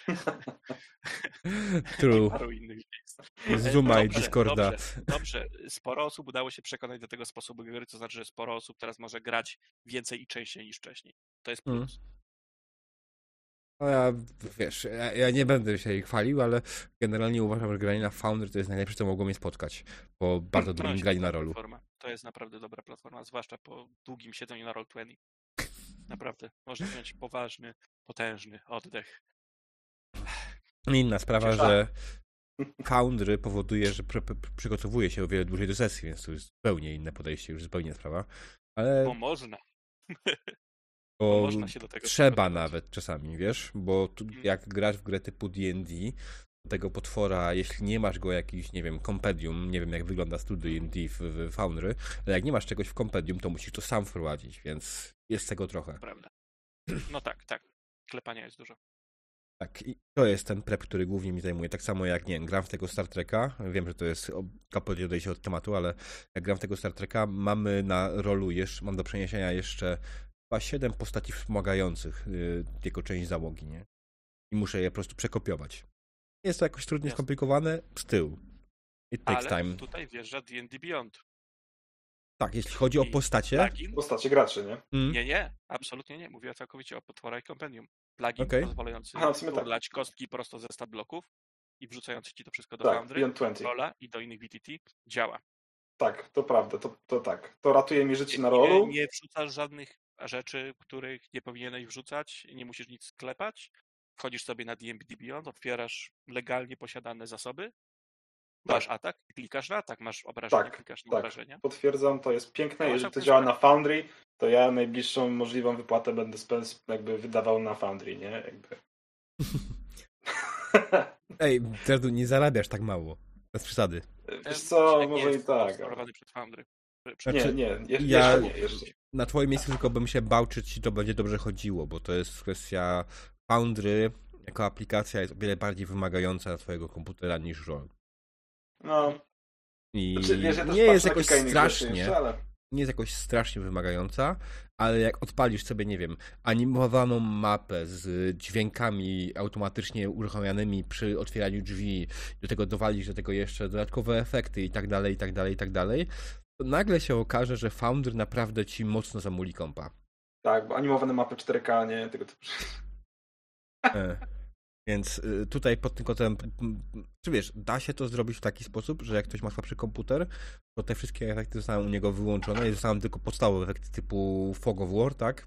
[SPEAKER 1] True.
[SPEAKER 3] I paru innych
[SPEAKER 1] miejsc. Zooma i Discorda.
[SPEAKER 3] Dobrze. Sporo osób udało się przekonać do tego sposobu gry, to znaczy, że sporo osób teraz może grać więcej i częściej niż wcześniej. To jest plus.
[SPEAKER 1] No ja nie będę się jej chwalił, ale generalnie uważam, że granie na Foundry to jest najlepsze, co mogło mnie spotkać po bardzo długim graniu na rolu.
[SPEAKER 3] To jest naprawdę dobra platforma, zwłaszcza po długim siedzeniu na Roll20. Naprawdę, można wziąć poważny, potężny oddech.
[SPEAKER 1] Inna sprawa, że Foundry powoduje, że przygotowuje się o wiele dłużej do sesji, więc to jest zupełnie inne podejście, już zupełnie inna sprawa. Ale...
[SPEAKER 3] Bo można.
[SPEAKER 1] Bo
[SPEAKER 3] można się do tego
[SPEAKER 1] trzeba nawet czasami, wiesz, bo jak grasz w grę typu D&D, tego potwora, jeśli nie masz go jakiś, nie wiem, kompendium, nie wiem jak wygląda styl D&D w Foundry, ale jak nie masz czegoś w kompendium, to musisz to sam wprowadzić, więc jest tego trochę.
[SPEAKER 3] Prawda. No tak. Klepania jest dużo.
[SPEAKER 1] Tak, i to jest ten prep, który głównie mi zajmuje. Tak samo jak, nie wiem, gram w tego Star Treka. Wiem, że to jest kompletnie odejście od tematu, ale jak gram w tego Star Treka, mamy na rolu jeszcze, mam do przeniesienia jeszcze chyba 7 postaci wspomagających jako część załogi, nie? I muszę je po prostu przekopiować. Jest to jakoś trudnie skomplikowane, z tyłu. It takes
[SPEAKER 3] Ale
[SPEAKER 1] time.
[SPEAKER 3] tutaj wjeżdża D&D Beyond.
[SPEAKER 1] Tak, jeśli chodzi o postacie...
[SPEAKER 3] Plugin?
[SPEAKER 2] Postacie graczy, nie?
[SPEAKER 3] Nie, absolutnie nie. Mówię całkowicie o potwora i kompendium. Plugin pozwalający turlać kostki prosto ze stat bloków i wrzucający ci to wszystko do Foundry, rola i do innych VTT działa.
[SPEAKER 2] Tak, to prawda, to tak. To ratuje mi życie na rolu.
[SPEAKER 3] Nie wrzucasz żadnych rzeczy, których nie powinieneś wrzucać, nie musisz nic sklepać. Wchodzisz sobie na D&D Beyond, otwierasz legalnie posiadane zasoby, masz atak, klikasz na atak, masz obrażenia, klikasz na obrażenia.
[SPEAKER 2] Potwierdzam, to jest piękne. Jeżeli to działa na Foundry, to ja najbliższą możliwą wypłatę będę jakby wydawał na Foundry, nie? Jakby.
[SPEAKER 1] Ej, Terdu, nie zarabiasz tak mało. Bez przesady.
[SPEAKER 2] Wiesz co, może i tak.
[SPEAKER 3] Przed Foundry.
[SPEAKER 2] Jeszcze.
[SPEAKER 1] Na twoim miejscu tylko bym się bał, czy ci to będzie dobrze chodziło, bo to jest kwestia Foundry jako aplikacja jest o wiele bardziej wymagająca twojego komputera niż rol.
[SPEAKER 2] No.
[SPEAKER 1] I
[SPEAKER 2] wiesz, ja
[SPEAKER 1] nie jest jakoś strasznie,
[SPEAKER 2] jeszcze, ale...
[SPEAKER 1] nie jest jakoś strasznie wymagająca, ale jak odpalisz sobie, nie wiem, animowaną mapę z dźwiękami automatycznie uruchamianymi przy otwieraniu drzwi, do tego dowalisz do tego jeszcze dodatkowe efekty i tak dalej, i tak dalej, i tak dalej, to nagle się okaże, że Foundry naprawdę ci mocno zamuli kompa.
[SPEAKER 2] Tak, bo animowane mapy 4K, nie? Tego typu.
[SPEAKER 1] Więc tutaj pod tym kątem, czy wiesz, da się to zrobić w taki sposób, że jak ktoś ma słabszy komputer, to te wszystkie efekty zostaną u niego wyłączone i zostaną tylko podstawowe efekty typu Fog of War, tak?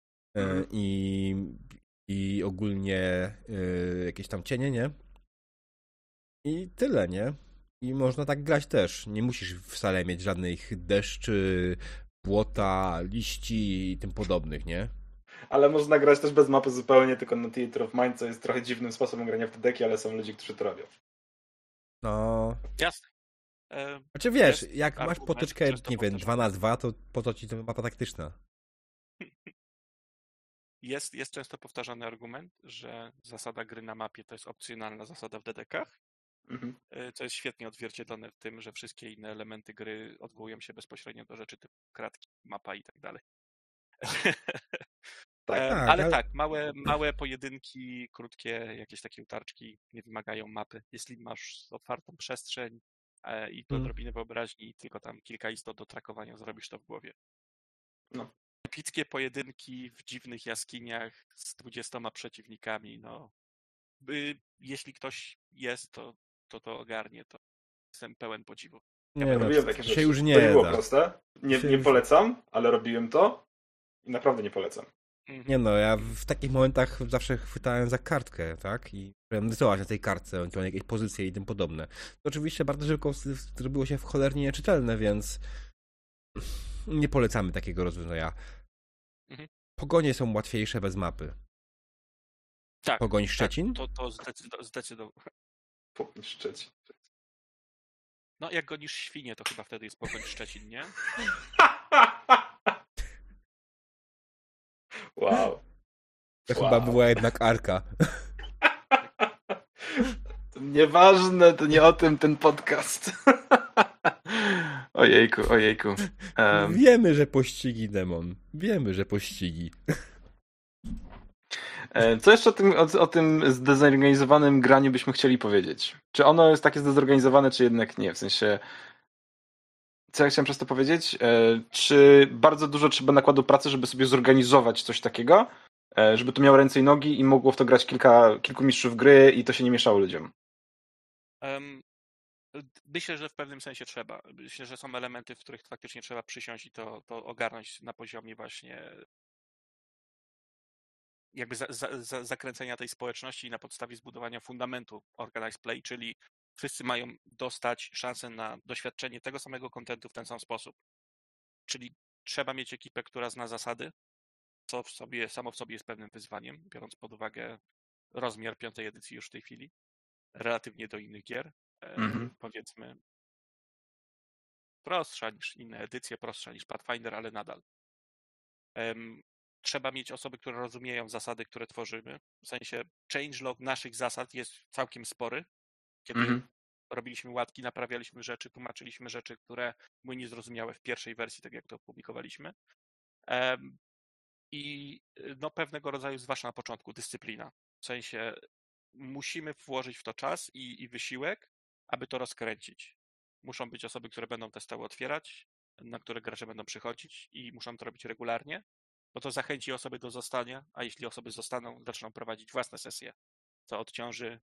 [SPEAKER 1] I ogólnie jakieś tam cienie, nie? I tyle, nie? I można tak grać też. Nie musisz wcale mieć żadnych deszczy, błota, liści i tym podobnych, nie?
[SPEAKER 2] Ale można grać też bez mapy zupełnie, tylko na Theater of Mind, co jest trochę dziwnym sposobem grania w te deki, ale są ludzie, którzy to robią.
[SPEAKER 1] No...
[SPEAKER 3] Jasne.
[SPEAKER 1] Znaczy wiesz, jak masz potyczkę, nie wiem, 2x2, to po co ci to mapa taktyczna?
[SPEAKER 3] Jest często powtarzany argument, że zasada gry na mapie to jest opcjonalna zasada w DD-kach, co jest świetnie odzwierciedlone w tym, że wszystkie inne elementy gry odwołują się bezpośrednio do rzeczy typu kratki, mapa i tak dalej. Ale tak, małe pojedynki, krótkie jakieś takie utarczki nie wymagają mapy. Jeśli masz otwartą przestrzeń i tu odrobinę wyobraźni, tylko tam kilka istot do trakowania, zrobisz to w głowie.
[SPEAKER 2] No.
[SPEAKER 3] Epickie pojedynki w dziwnych jaskiniach z 20 przeciwnikami, no. Jeśli ktoś jest, to ogarnie, to jestem pełen podziwu.
[SPEAKER 2] Robiłem takie rzeczy.
[SPEAKER 1] Już nie
[SPEAKER 2] to nie było proste. Nie polecam, ale robiłem to i naprawdę nie polecam.
[SPEAKER 1] Nie no, ja w takich momentach zawsze chwytałem za kartkę, tak? I rysować na tej kartce, ewentualnie jakieś pozycje i tym podobne. To oczywiście bardzo szybko zrobiło się cholernie nieczytelne, więc nie polecamy takiego rozwiązania. Pogonie są łatwiejsze bez mapy.
[SPEAKER 3] Tak.
[SPEAKER 1] Pogoń Szczecin?
[SPEAKER 3] Tak, to zdecydowanie.
[SPEAKER 2] Pogoń Szczecin.
[SPEAKER 3] No, jak gonisz świnie, to chyba wtedy jest Pogoń Szczecin, nie?
[SPEAKER 2] Wow.
[SPEAKER 1] To chyba była jednak Arka.
[SPEAKER 2] To nieważne, to nie o tym ten podcast. Ojejku.
[SPEAKER 1] Wiemy, że pościgi, Demon. Wiemy, że pościgi.
[SPEAKER 2] Co jeszcze o tym zdezorganizowanym graniu byśmy chcieli powiedzieć? Czy ono jest takie zdezorganizowane, czy jednak nie? W sensie, co ja chciałem przez to powiedzieć? Czy bardzo dużo trzeba nakładu pracy, żeby sobie zorganizować coś takiego, żeby to miało ręce i nogi i mogło w to grać kilku mistrzów gry i to się nie mieszało ludziom?
[SPEAKER 3] Myślę, że w pewnym sensie trzeba. Myślę, że są elementy, w których faktycznie trzeba przysiąść i to ogarnąć na poziomie właśnie jakby zakręcenia tej społeczności na podstawie zbudowania fundamentu Organized Play, czyli wszyscy mają dostać szansę na doświadczenie tego samego kontentu w ten sam sposób. Czyli trzeba mieć ekipę, która zna zasady, co samo w sobie jest pewnym wyzwaniem, biorąc pod uwagę rozmiar 5. edycji już w tej chwili, relatywnie do innych gier. Powiedzmy prostsza niż inne edycje, prostsza niż Pathfinder, ale nadal. trzeba mieć osoby, które rozumieją zasady, które tworzymy. W sensie changelog naszych zasad jest całkiem spory. Kiedy robiliśmy łatki, naprawialiśmy rzeczy, tłumaczyliśmy rzeczy, które były niezrozumiałe w pierwszej wersji, tak jak to opublikowaliśmy. I no, pewnego rodzaju, zwłaszcza na początku, dyscyplina. W sensie musimy włożyć w to czas i wysiłek, aby to rozkręcić. Muszą być osoby, które będą te stoły otwierać, na które gracze będą przychodzić i muszą to robić regularnie, bo to zachęci osoby do zostania, a jeśli osoby zostaną, zaczną prowadzić własne sesje, co odciąży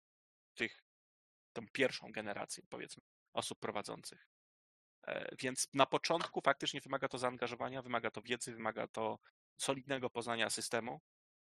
[SPEAKER 3] tą pierwszą generację, powiedzmy, osób prowadzących. Więc na początku faktycznie wymaga to zaangażowania, wymaga to wiedzy, wymaga to solidnego poznania systemu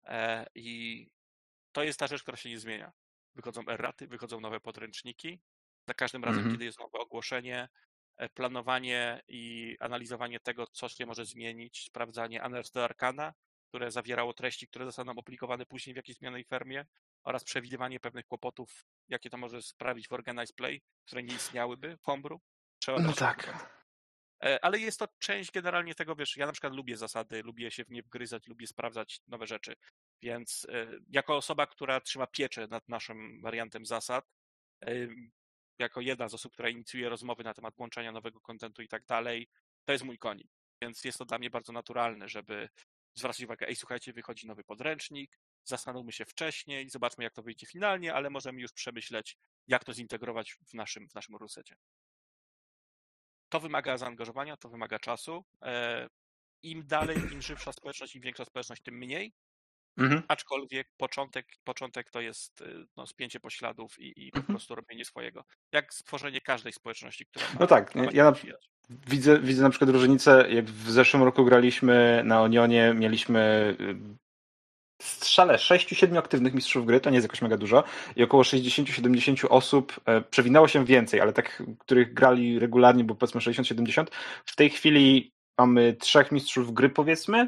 [SPEAKER 3] i to jest ta rzecz, która się nie zmienia. Wychodzą erraty, wychodzą nowe podręczniki. Za każdym razem, kiedy jest nowe ogłoszenie, planowanie i analizowanie tego, co się może zmienić, sprawdzanie Annals de Arcana, które zawierało treści, które zostaną opublikowane później w jakiejś zmienionej formie, oraz przewidywanie pewnych kłopotów, jakie to może sprawić w Organized Play, które nie istniałyby w Homebrew. Trzeba
[SPEAKER 2] No
[SPEAKER 3] brać
[SPEAKER 2] tak.
[SPEAKER 3] ale jest to część generalnie tego, wiesz, ja na przykład lubię zasady, lubię się w nie wgryzać, lubię sprawdzać nowe rzeczy, więc jako osoba, która trzyma pieczę nad naszym wariantem zasad, jako jedna z osób, która inicjuje rozmowy na temat włączania nowego kontentu i tak dalej, to jest mój konik, więc jest to dla mnie bardzo naturalne, żeby zwracać uwagę, słuchajcie, wychodzi nowy podręcznik, zastanówmy się wcześniej, zobaczmy, jak to wyjdzie finalnie, ale możemy już przemyśleć, jak to zintegrować w naszym rulesecie. To wymaga zaangażowania, to wymaga czasu. Im dalej, im żywsza społeczność, im większa społeczność, tym mniej. Aczkolwiek początek to jest spięcie pośladów i po prostu robienie swojego. Jak stworzenie każdej społeczności, która ma.
[SPEAKER 2] No tak, ja
[SPEAKER 3] rozwijać.
[SPEAKER 2] widzę na przykład różnicę, jak w zeszłym roku graliśmy na Onionie, mieliśmy strzale 6-7 aktywnych mistrzów gry, to nie jest jakoś mega dużo, i około 60-70 osób, przewinęło się więcej, ale tak, których grali regularnie, bo powiedzmy 60-70. W tej chwili mamy 3 mistrzów gry, powiedzmy,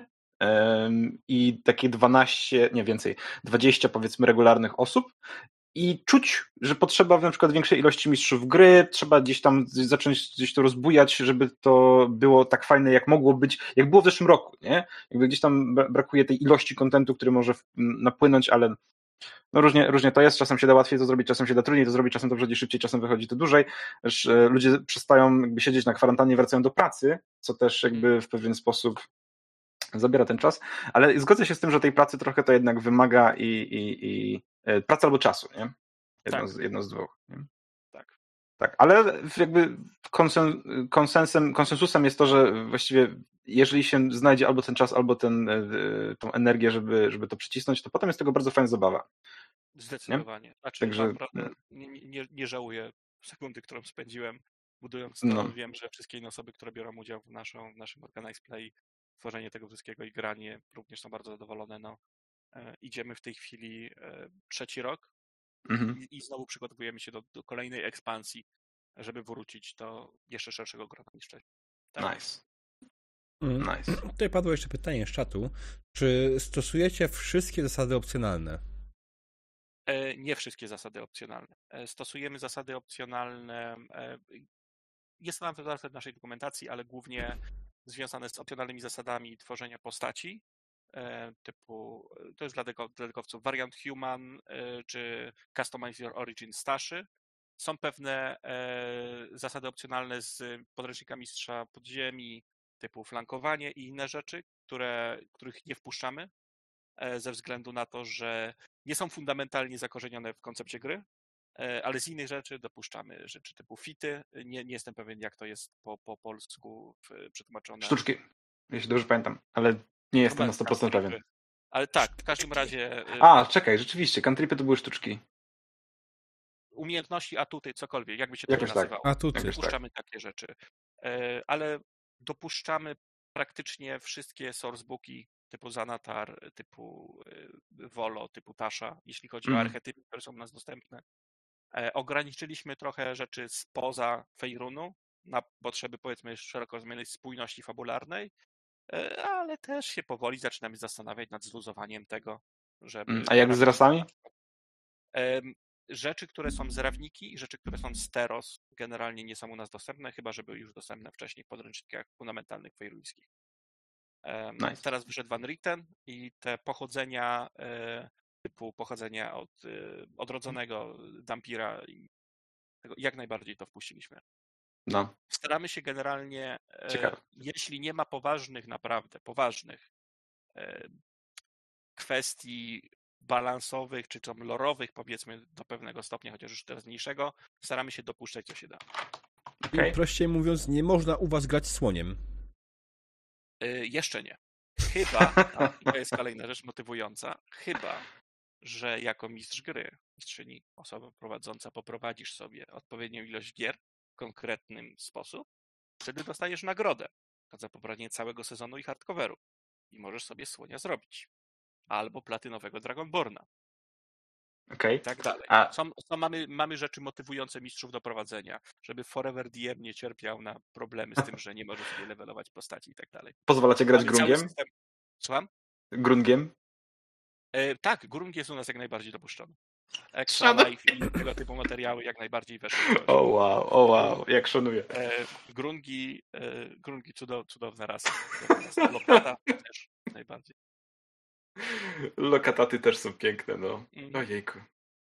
[SPEAKER 2] i takie 12, nie więcej, 20 powiedzmy regularnych osób. I czuć, że potrzeba na przykład większej ilości mistrzów gry, trzeba gdzieś tam zacząć gdzieś to rozbujać, żeby to było tak fajne, jak mogło być, jak było w zeszłym roku, nie? Jakby gdzieś tam brakuje tej ilości kontentu, który może napłynąć, ale no różnie to jest, czasem się da łatwiej to zrobić, czasem się da trudniej to zrobić, czasem to wychodzi szybciej, czasem wychodzi to dłużej. Ludzie przestają jakby siedzieć na kwarantannie, wracają do pracy, co też jakby w pewien sposób zabiera ten czas, ale zgodzę się z tym, że tej pracy trochę to jednak wymaga i pracy albo czasu, nie? Jedno z dwóch. Nie? Tak, ale jakby konsensusem jest to, że właściwie jeżeli się znajdzie albo ten czas, albo tą energię, żeby to przycisnąć, to potem jest tego bardzo fajna zabawa.
[SPEAKER 3] Zdecydowanie. Znaczy,
[SPEAKER 2] Także
[SPEAKER 3] naprawdę nie żałuję sekundy, którą spędziłem budując to. Wiem, że wszystkie inne osoby, które biorą udział w naszym Organized Play, tworzenie tego wszystkiego i granie również są bardzo zadowolone. No, idziemy w tej chwili 3. rok i znowu przygotowujemy się do kolejnej ekspansji, żeby wrócić do jeszcze szerszego grona niż wcześniej.
[SPEAKER 2] Tak? Nice.
[SPEAKER 1] Tutaj padło jeszcze pytanie z czatu. Czy stosujecie wszystkie zasady opcjonalne?
[SPEAKER 3] Nie wszystkie zasady opcjonalne. Stosujemy zasady opcjonalne. Jest to nawet w naszej dokumentacji, ale głównie związane z opcjonalnymi zasadami tworzenia postaci, typu, to jest dla dedekowców Variant Human, czy Customize Your Origin Staszy. Są pewne zasady opcjonalne z podręcznika Mistrza Podziemi, typu flankowanie i inne rzeczy, których nie wpuszczamy, ze względu na to, że nie są fundamentalnie zakorzenione w koncepcie gry, ale z innych rzeczy dopuszczamy rzeczy typu fity. Nie jestem pewien, jak to jest po polsku przetłumaczone.
[SPEAKER 2] Sztuczki, jeśli dobrze pamiętam, ale nie jestem na 100% pewien.
[SPEAKER 3] Ale tak, w każdym razie...
[SPEAKER 2] Czekaj, rzeczywiście, cantripy to były sztuczki.
[SPEAKER 3] Umiejętności, atuty, cokolwiek, jakby się to nie nazywało.
[SPEAKER 1] Atuty.
[SPEAKER 3] Dopuszczamy takie rzeczy. Ale dopuszczamy praktycznie wszystkie sourcebooki typu Zanatar, typu Volo, typu Tasha, jeśli chodzi o archetypy, które są u nas dostępne. Ograniczyliśmy trochę rzeczy spoza Feyrunu na potrzeby, powiedzmy, szeroko rozumianej spójności fabularnej, ale też się powoli zaczynamy zastanawiać nad zluzowaniem tego, żeby...
[SPEAKER 2] A jak z rasami?
[SPEAKER 3] Rzeczy, które są z Rawniki i rzeczy, które są z Teros, generalnie nie są u nas dostępne, chyba że były już dostępne wcześniej w podręcznikach fundamentalnych fejruńskich.
[SPEAKER 2] Nice.
[SPEAKER 3] Teraz wyszedł Van Ritten i te pochodzenia typu pochodzenia od odrodzonego Dampira, jak najbardziej to wpuściliśmy.
[SPEAKER 2] No,
[SPEAKER 3] Staramy się generalnie,
[SPEAKER 2] ciekawe.
[SPEAKER 3] jeśli nie ma naprawdę poważnych kwestii balansowych czy tam lorowych, powiedzmy do pewnego stopnia, chociaż już teraz mniejszego, staramy się dopuszczać, co się da.
[SPEAKER 1] Okay. I prościej mówiąc, nie można u was grać słoniem.
[SPEAKER 3] Jeszcze nie. Chyba, i to jest kolejna rzecz motywująca, chyba, że jako mistrz gry, mistrzyni, osoba prowadząca, poprowadzisz sobie odpowiednią ilość gier w konkretnym sposób, wtedy dostajesz nagrodę za poprowadzenie całego sezonu i hardcoveru. I możesz sobie słonia zrobić. Albo platynowego Dragonborna.
[SPEAKER 2] Okay.
[SPEAKER 3] I tak dalej. Mamy rzeczy motywujące mistrzów do prowadzenia, żeby Forever DM nie cierpiał na problemy z tym, że nie może sobie levelować postaci i tak dalej.
[SPEAKER 2] Pozwalacie grać grungiem?
[SPEAKER 3] Słucham?
[SPEAKER 2] Grungiem?
[SPEAKER 3] Tak, grung jest u nas jak najbardziej dopuszczony. Extra Life i tego typu materiały jak najbardziej weszły.
[SPEAKER 2] O wow, jak szanuję.
[SPEAKER 3] Grungi cudowna rasa. Lokata też najbardziej.
[SPEAKER 2] Lokataty też są piękne, no. Ojejku.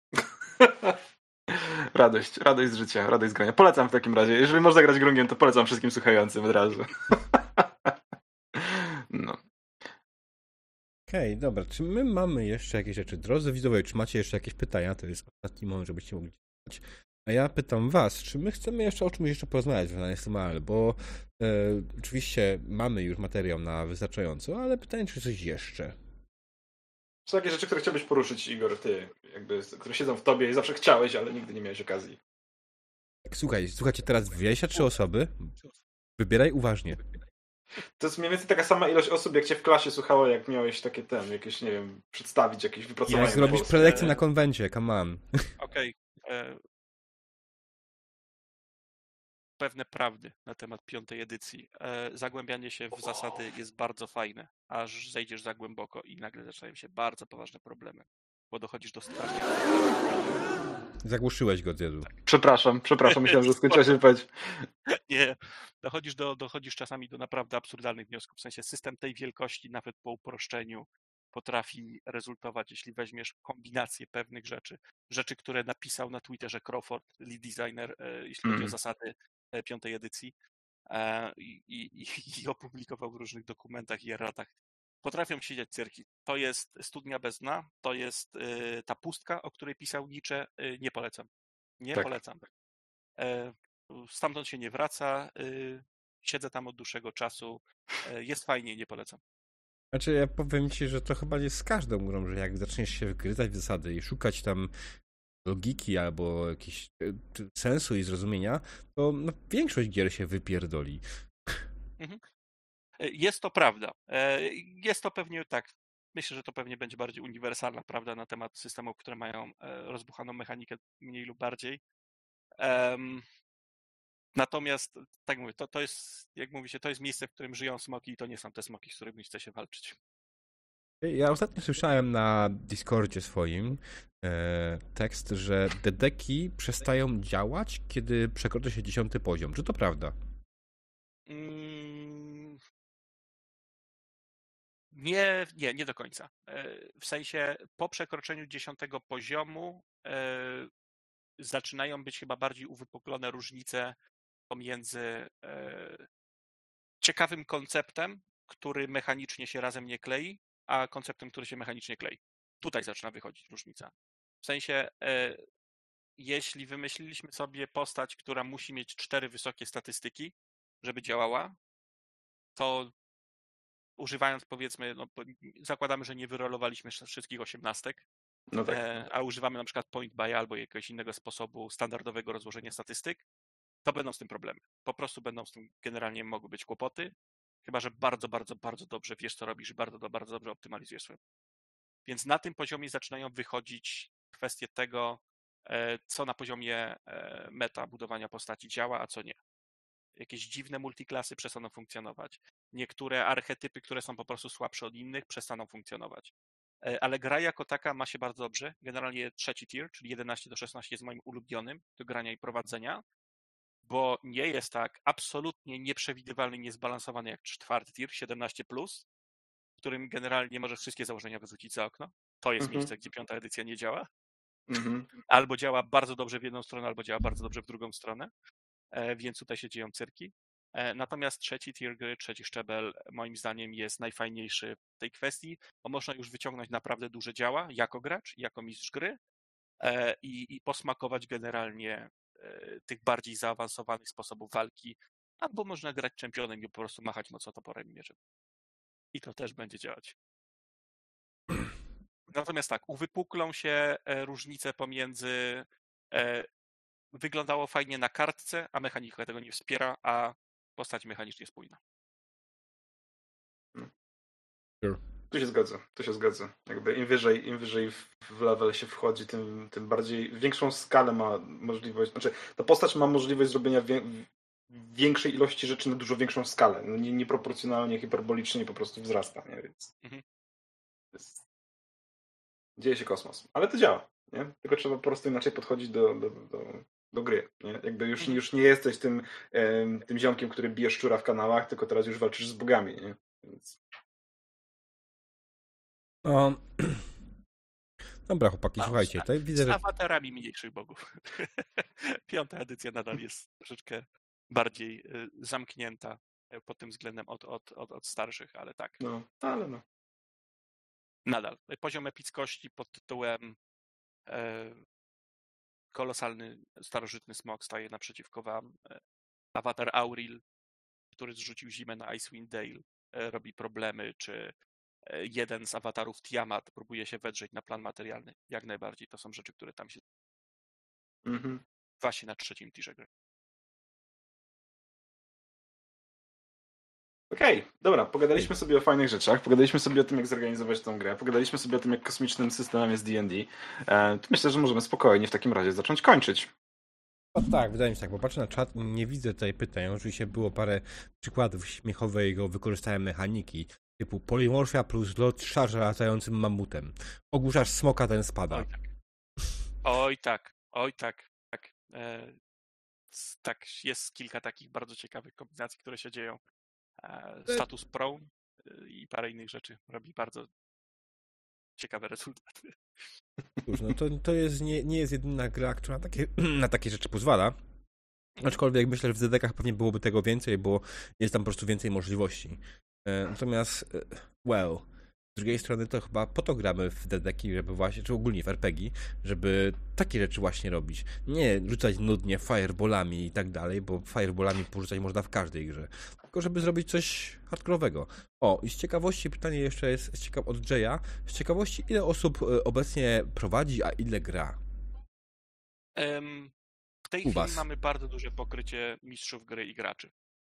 [SPEAKER 2] Radość z życia, radość z grania. Polecam w takim razie. Jeżeli można grać grungiem, to polecam wszystkim słuchającym od razu. No.
[SPEAKER 1] Okej, dobra. Czy my mamy jeszcze jakieś rzeczy? Drodzy widzowie, czy macie jeszcze jakieś pytania? To jest ostatni moment, żebyście mogli czytać. A ja pytam was, czy my chcemy jeszcze o czymś jeszcze porozmawiać w SML, bo oczywiście mamy już materiał na wystarczająco, ale pytanie, czy coś jeszcze?
[SPEAKER 2] Są takie rzeczy, które chciałbyś poruszyć, Igor, ty, które siedzą w tobie i zawsze chciałeś, ale nigdy nie miałeś okazji.
[SPEAKER 1] Słuchajcie teraz 23 osoby. Wybieraj uważnie.
[SPEAKER 2] To jest mniej więcej taka sama ilość osób, jak cię w klasie słuchało, jak miałeś takie jakieś, nie wiem, przedstawić jakieś wypracowanie.
[SPEAKER 1] Jak zrobić prelekcję na konwencie, come on.
[SPEAKER 3] Okej. Pewne prawdy na temat 5. edycji. Zagłębianie się w zasady jest bardzo fajne, aż zejdziesz za głęboko i nagle zaczynają się bardzo poważne problemy, bo dochodzisz do strasznie...
[SPEAKER 1] Zagłuszyłeś go, Zjedu.
[SPEAKER 2] Przepraszam, myślałem, że skończyła się wypowiedź.
[SPEAKER 3] Nie, dochodzisz czasami do naprawdę absurdalnych wniosków, w sensie system tej wielkości, nawet po uproszczeniu, potrafi rezultować, jeśli weźmiesz kombinację pewnych rzeczy, które napisał na Twitterze Crawford, lead designer, jeśli chodzi o zasady 5. edycji i opublikował w różnych dokumentach i erratach. Potrafią siedzieć cyrki. To jest Studnia bez dna, to jest ta pustka, o której pisał Nietzsche. Nie polecam. Polecam. Stamtąd się nie wraca. Siedzę tam od dłuższego czasu. Jest fajnie, nie polecam.
[SPEAKER 1] Znaczy, ja powiem ci, że to chyba jest z każdą grą, że jak zaczniesz się wgryzać w zasady i szukać tam logiki albo jakiegoś sensu i zrozumienia, to większość gier się wypierdoli.
[SPEAKER 3] Jest to prawda. Jest to pewnie tak. Myślę, że to pewnie będzie bardziej uniwersalna prawda na temat systemów, które mają rozbuchaną mechanikę mniej lub bardziej. Natomiast, tak mówię, to jest, jak mówi się, to jest miejsce, w którym żyją smoki i to nie są te smoki, z którymi chce się walczyć.
[SPEAKER 1] Ja ostatnio słyszałem na Discordzie swoim tekst, że te deki przestają działać, kiedy przekroczy się 10. poziom. Czy to prawda?
[SPEAKER 3] Nie do końca. W sensie po przekroczeniu 10. poziomu zaczynają być chyba bardziej uwypuklone różnice pomiędzy ciekawym konceptem, który mechanicznie się razem nie klei, a konceptem, który się mechanicznie klei. Tutaj zaczyna wychodzić różnica. W sensie, jeśli wymyśliliśmy sobie postać, która musi mieć 4 wysokie statystyki, żeby działała, to używając, powiedzmy, zakładamy, że nie wyrolowaliśmy wszystkich 18,
[SPEAKER 2] no tak.
[SPEAKER 3] A używamy na przykład point buy albo jakiegoś innego sposobu standardowego rozłożenia statystyk, to będą z tym problemy. Po prostu będą z tym generalnie mogły być kłopoty, chyba że bardzo, bardzo, bardzo dobrze wiesz, co robisz i bardzo dobrze optymalizujesz swoje. Więc na tym poziomie zaczynają wychodzić kwestie tego, co na poziomie meta budowania postaci działa, a co nie. Jakieś dziwne multiklasy przestaną funkcjonować. Niektóre archetypy, które są po prostu słabsze od innych, przestaną funkcjonować. Ale gra jako taka ma się bardzo dobrze. Generalnie 3. tier, czyli 11 do 16 jest moim ulubionym do grania i prowadzenia, bo nie jest tak absolutnie nieprzewidywalny, niezbalansowany jak 4. tier, 17+, w którym generalnie możesz wszystkie założenia wyrzucić za okno. To jest miejsce, gdzie 5. edycja nie działa. Albo działa bardzo dobrze w jedną stronę, albo działa bardzo dobrze w drugą stronę. Więc tutaj się dzieją cyrki. Natomiast trzeci tier gry, trzeci szczebel, moim zdaniem jest najfajniejszy w tej kwestii, bo można już wyciągnąć naprawdę duże dzieła jako gracz, jako mistrz gry i posmakować generalnie tych bardziej zaawansowanych sposobów walki, albo można grać czempionem i po prostu machać mocno toporem i mieczem. I to też będzie działać. Natomiast tak, uwypuklą się różnice pomiędzy wyglądało fajnie na kartce, a mechanika tego nie wspiera, a postać mechanicznie spójna.
[SPEAKER 1] Sure.
[SPEAKER 2] Tu się zgodzę. Jakby im wyżej w level się wchodzi, tym bardziej, większą skalę ma możliwość, znaczy ta postać ma możliwość zrobienia większej ilości rzeczy na dużo większą skalę. No, nieproporcjonalnie, hiperbolicznie po prostu wzrasta, nie? Więc dzieje się kosmos. Ale to działa, nie? Tylko trzeba po prostu inaczej podchodzić do gry. Nie? Jakby już nie jesteś tym ziomkiem, który bije szczura w kanałach, tylko teraz już walczysz z bogami, nie? Więc...
[SPEAKER 1] Dobra, chłopaki, słuchajcie. Tutaj widzę,
[SPEAKER 3] z awatarami mniejszych bogów. 5. edycja nadal jest troszeczkę bardziej zamknięta pod tym względem od starszych, ale tak.
[SPEAKER 2] No.
[SPEAKER 3] Nadal. Poziom epickości pod tytułem kolosalny, starożytny smok staje naprzeciwko wam. Awatar Auril, który zrzucił zimę na Icewind Dale, robi problemy, czy jeden z awatarów Tiamat próbuje się wedrzeć na plan materialny. Jak najbardziej. To są rzeczy, które tam się... Właśnie na 3. tierze gry.
[SPEAKER 2] Okej, dobra, pogadaliśmy sobie o fajnych rzeczach, pogadaliśmy sobie o tym, jak zorganizować tą grę, pogadaliśmy sobie o tym, jak kosmicznym systemem jest D&D. To myślę, że możemy spokojnie w takim razie zacząć kończyć.
[SPEAKER 1] Tak, wydaje mi się tak, bo patrzę na czat, nie widzę tutaj pytań. Oczywiście było parę przykładów śmiechowego wykorzystania mechaniki, typu polimorfia plus lot szarża latającym mamutem. Ogłuszasz smoka, ten spada.
[SPEAKER 3] Oj tak. Tak, jest kilka takich bardzo ciekawych kombinacji, które się dzieją. Status Pro i parę innych rzeczy robi bardzo ciekawe rezultaty.
[SPEAKER 1] Cóż, no to jest, nie jest jedyna gra, która na takie rzeczy pozwala. Aczkolwiek myślę, że w ZDK pewnie byłoby tego więcej, bo jest tam po prostu więcej możliwości. Natomiast, z drugiej strony to chyba po to gramy w DDki, żeby właśnie, czy ogólnie w RPG, żeby takie rzeczy właśnie robić. Nie rzucać nudnie fireballami i tak dalej, bo fireballami porzucać można w każdej grze. Tylko żeby zrobić coś hardkorowego. I z ciekawości pytanie jeszcze jest od Jaya. Z ciekawości, ile osób obecnie prowadzi, a ile gra?
[SPEAKER 3] W tej chwili mamy bardzo duże pokrycie mistrzów gry i graczy.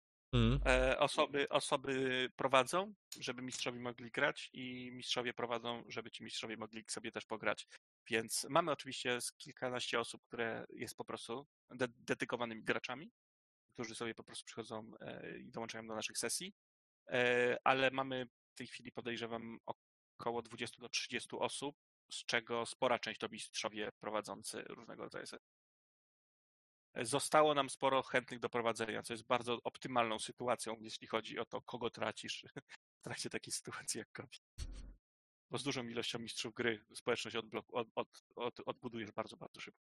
[SPEAKER 3] Osoby prowadzą, żeby mistrzowie mogli grać i mistrzowie prowadzą, żeby ci mistrzowie mogli sobie też pograć. Więc mamy oczywiście kilkanaście osób, które jest po prostu dedykowanymi graczami, którzy sobie po prostu przychodzą i dołączają do naszych sesji, ale mamy w tej chwili, podejrzewam, około 20 do 30 osób, z czego spora część to mistrzowie prowadzący różnego rodzaju sesje. Zostało nam sporo chętnych do prowadzenia, co jest bardzo optymalną sytuacją, jeśli chodzi o to, kogo tracisz w trakcie takiej sytuacji jak COVID. Bo z dużą ilością mistrzów gry społeczność odbudujesz bardzo, bardzo szybko.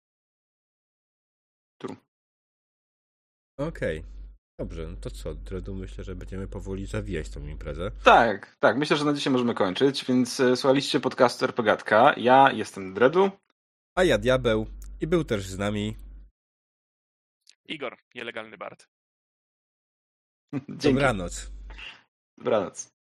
[SPEAKER 1] Okej. Dobrze, no to co, Dredu, myślę, że będziemy powoli zawijać tą imprezę.
[SPEAKER 2] Tak, myślę, że na dzisiaj możemy kończyć, więc słuchaliście podcastu RPGatka. Ja jestem Dredu.
[SPEAKER 1] A ja Diabeł i był też z nami
[SPEAKER 3] Igor, nielegalny bard.
[SPEAKER 2] Dzięki.
[SPEAKER 1] Dobranoc.
[SPEAKER 2] Dobranoc.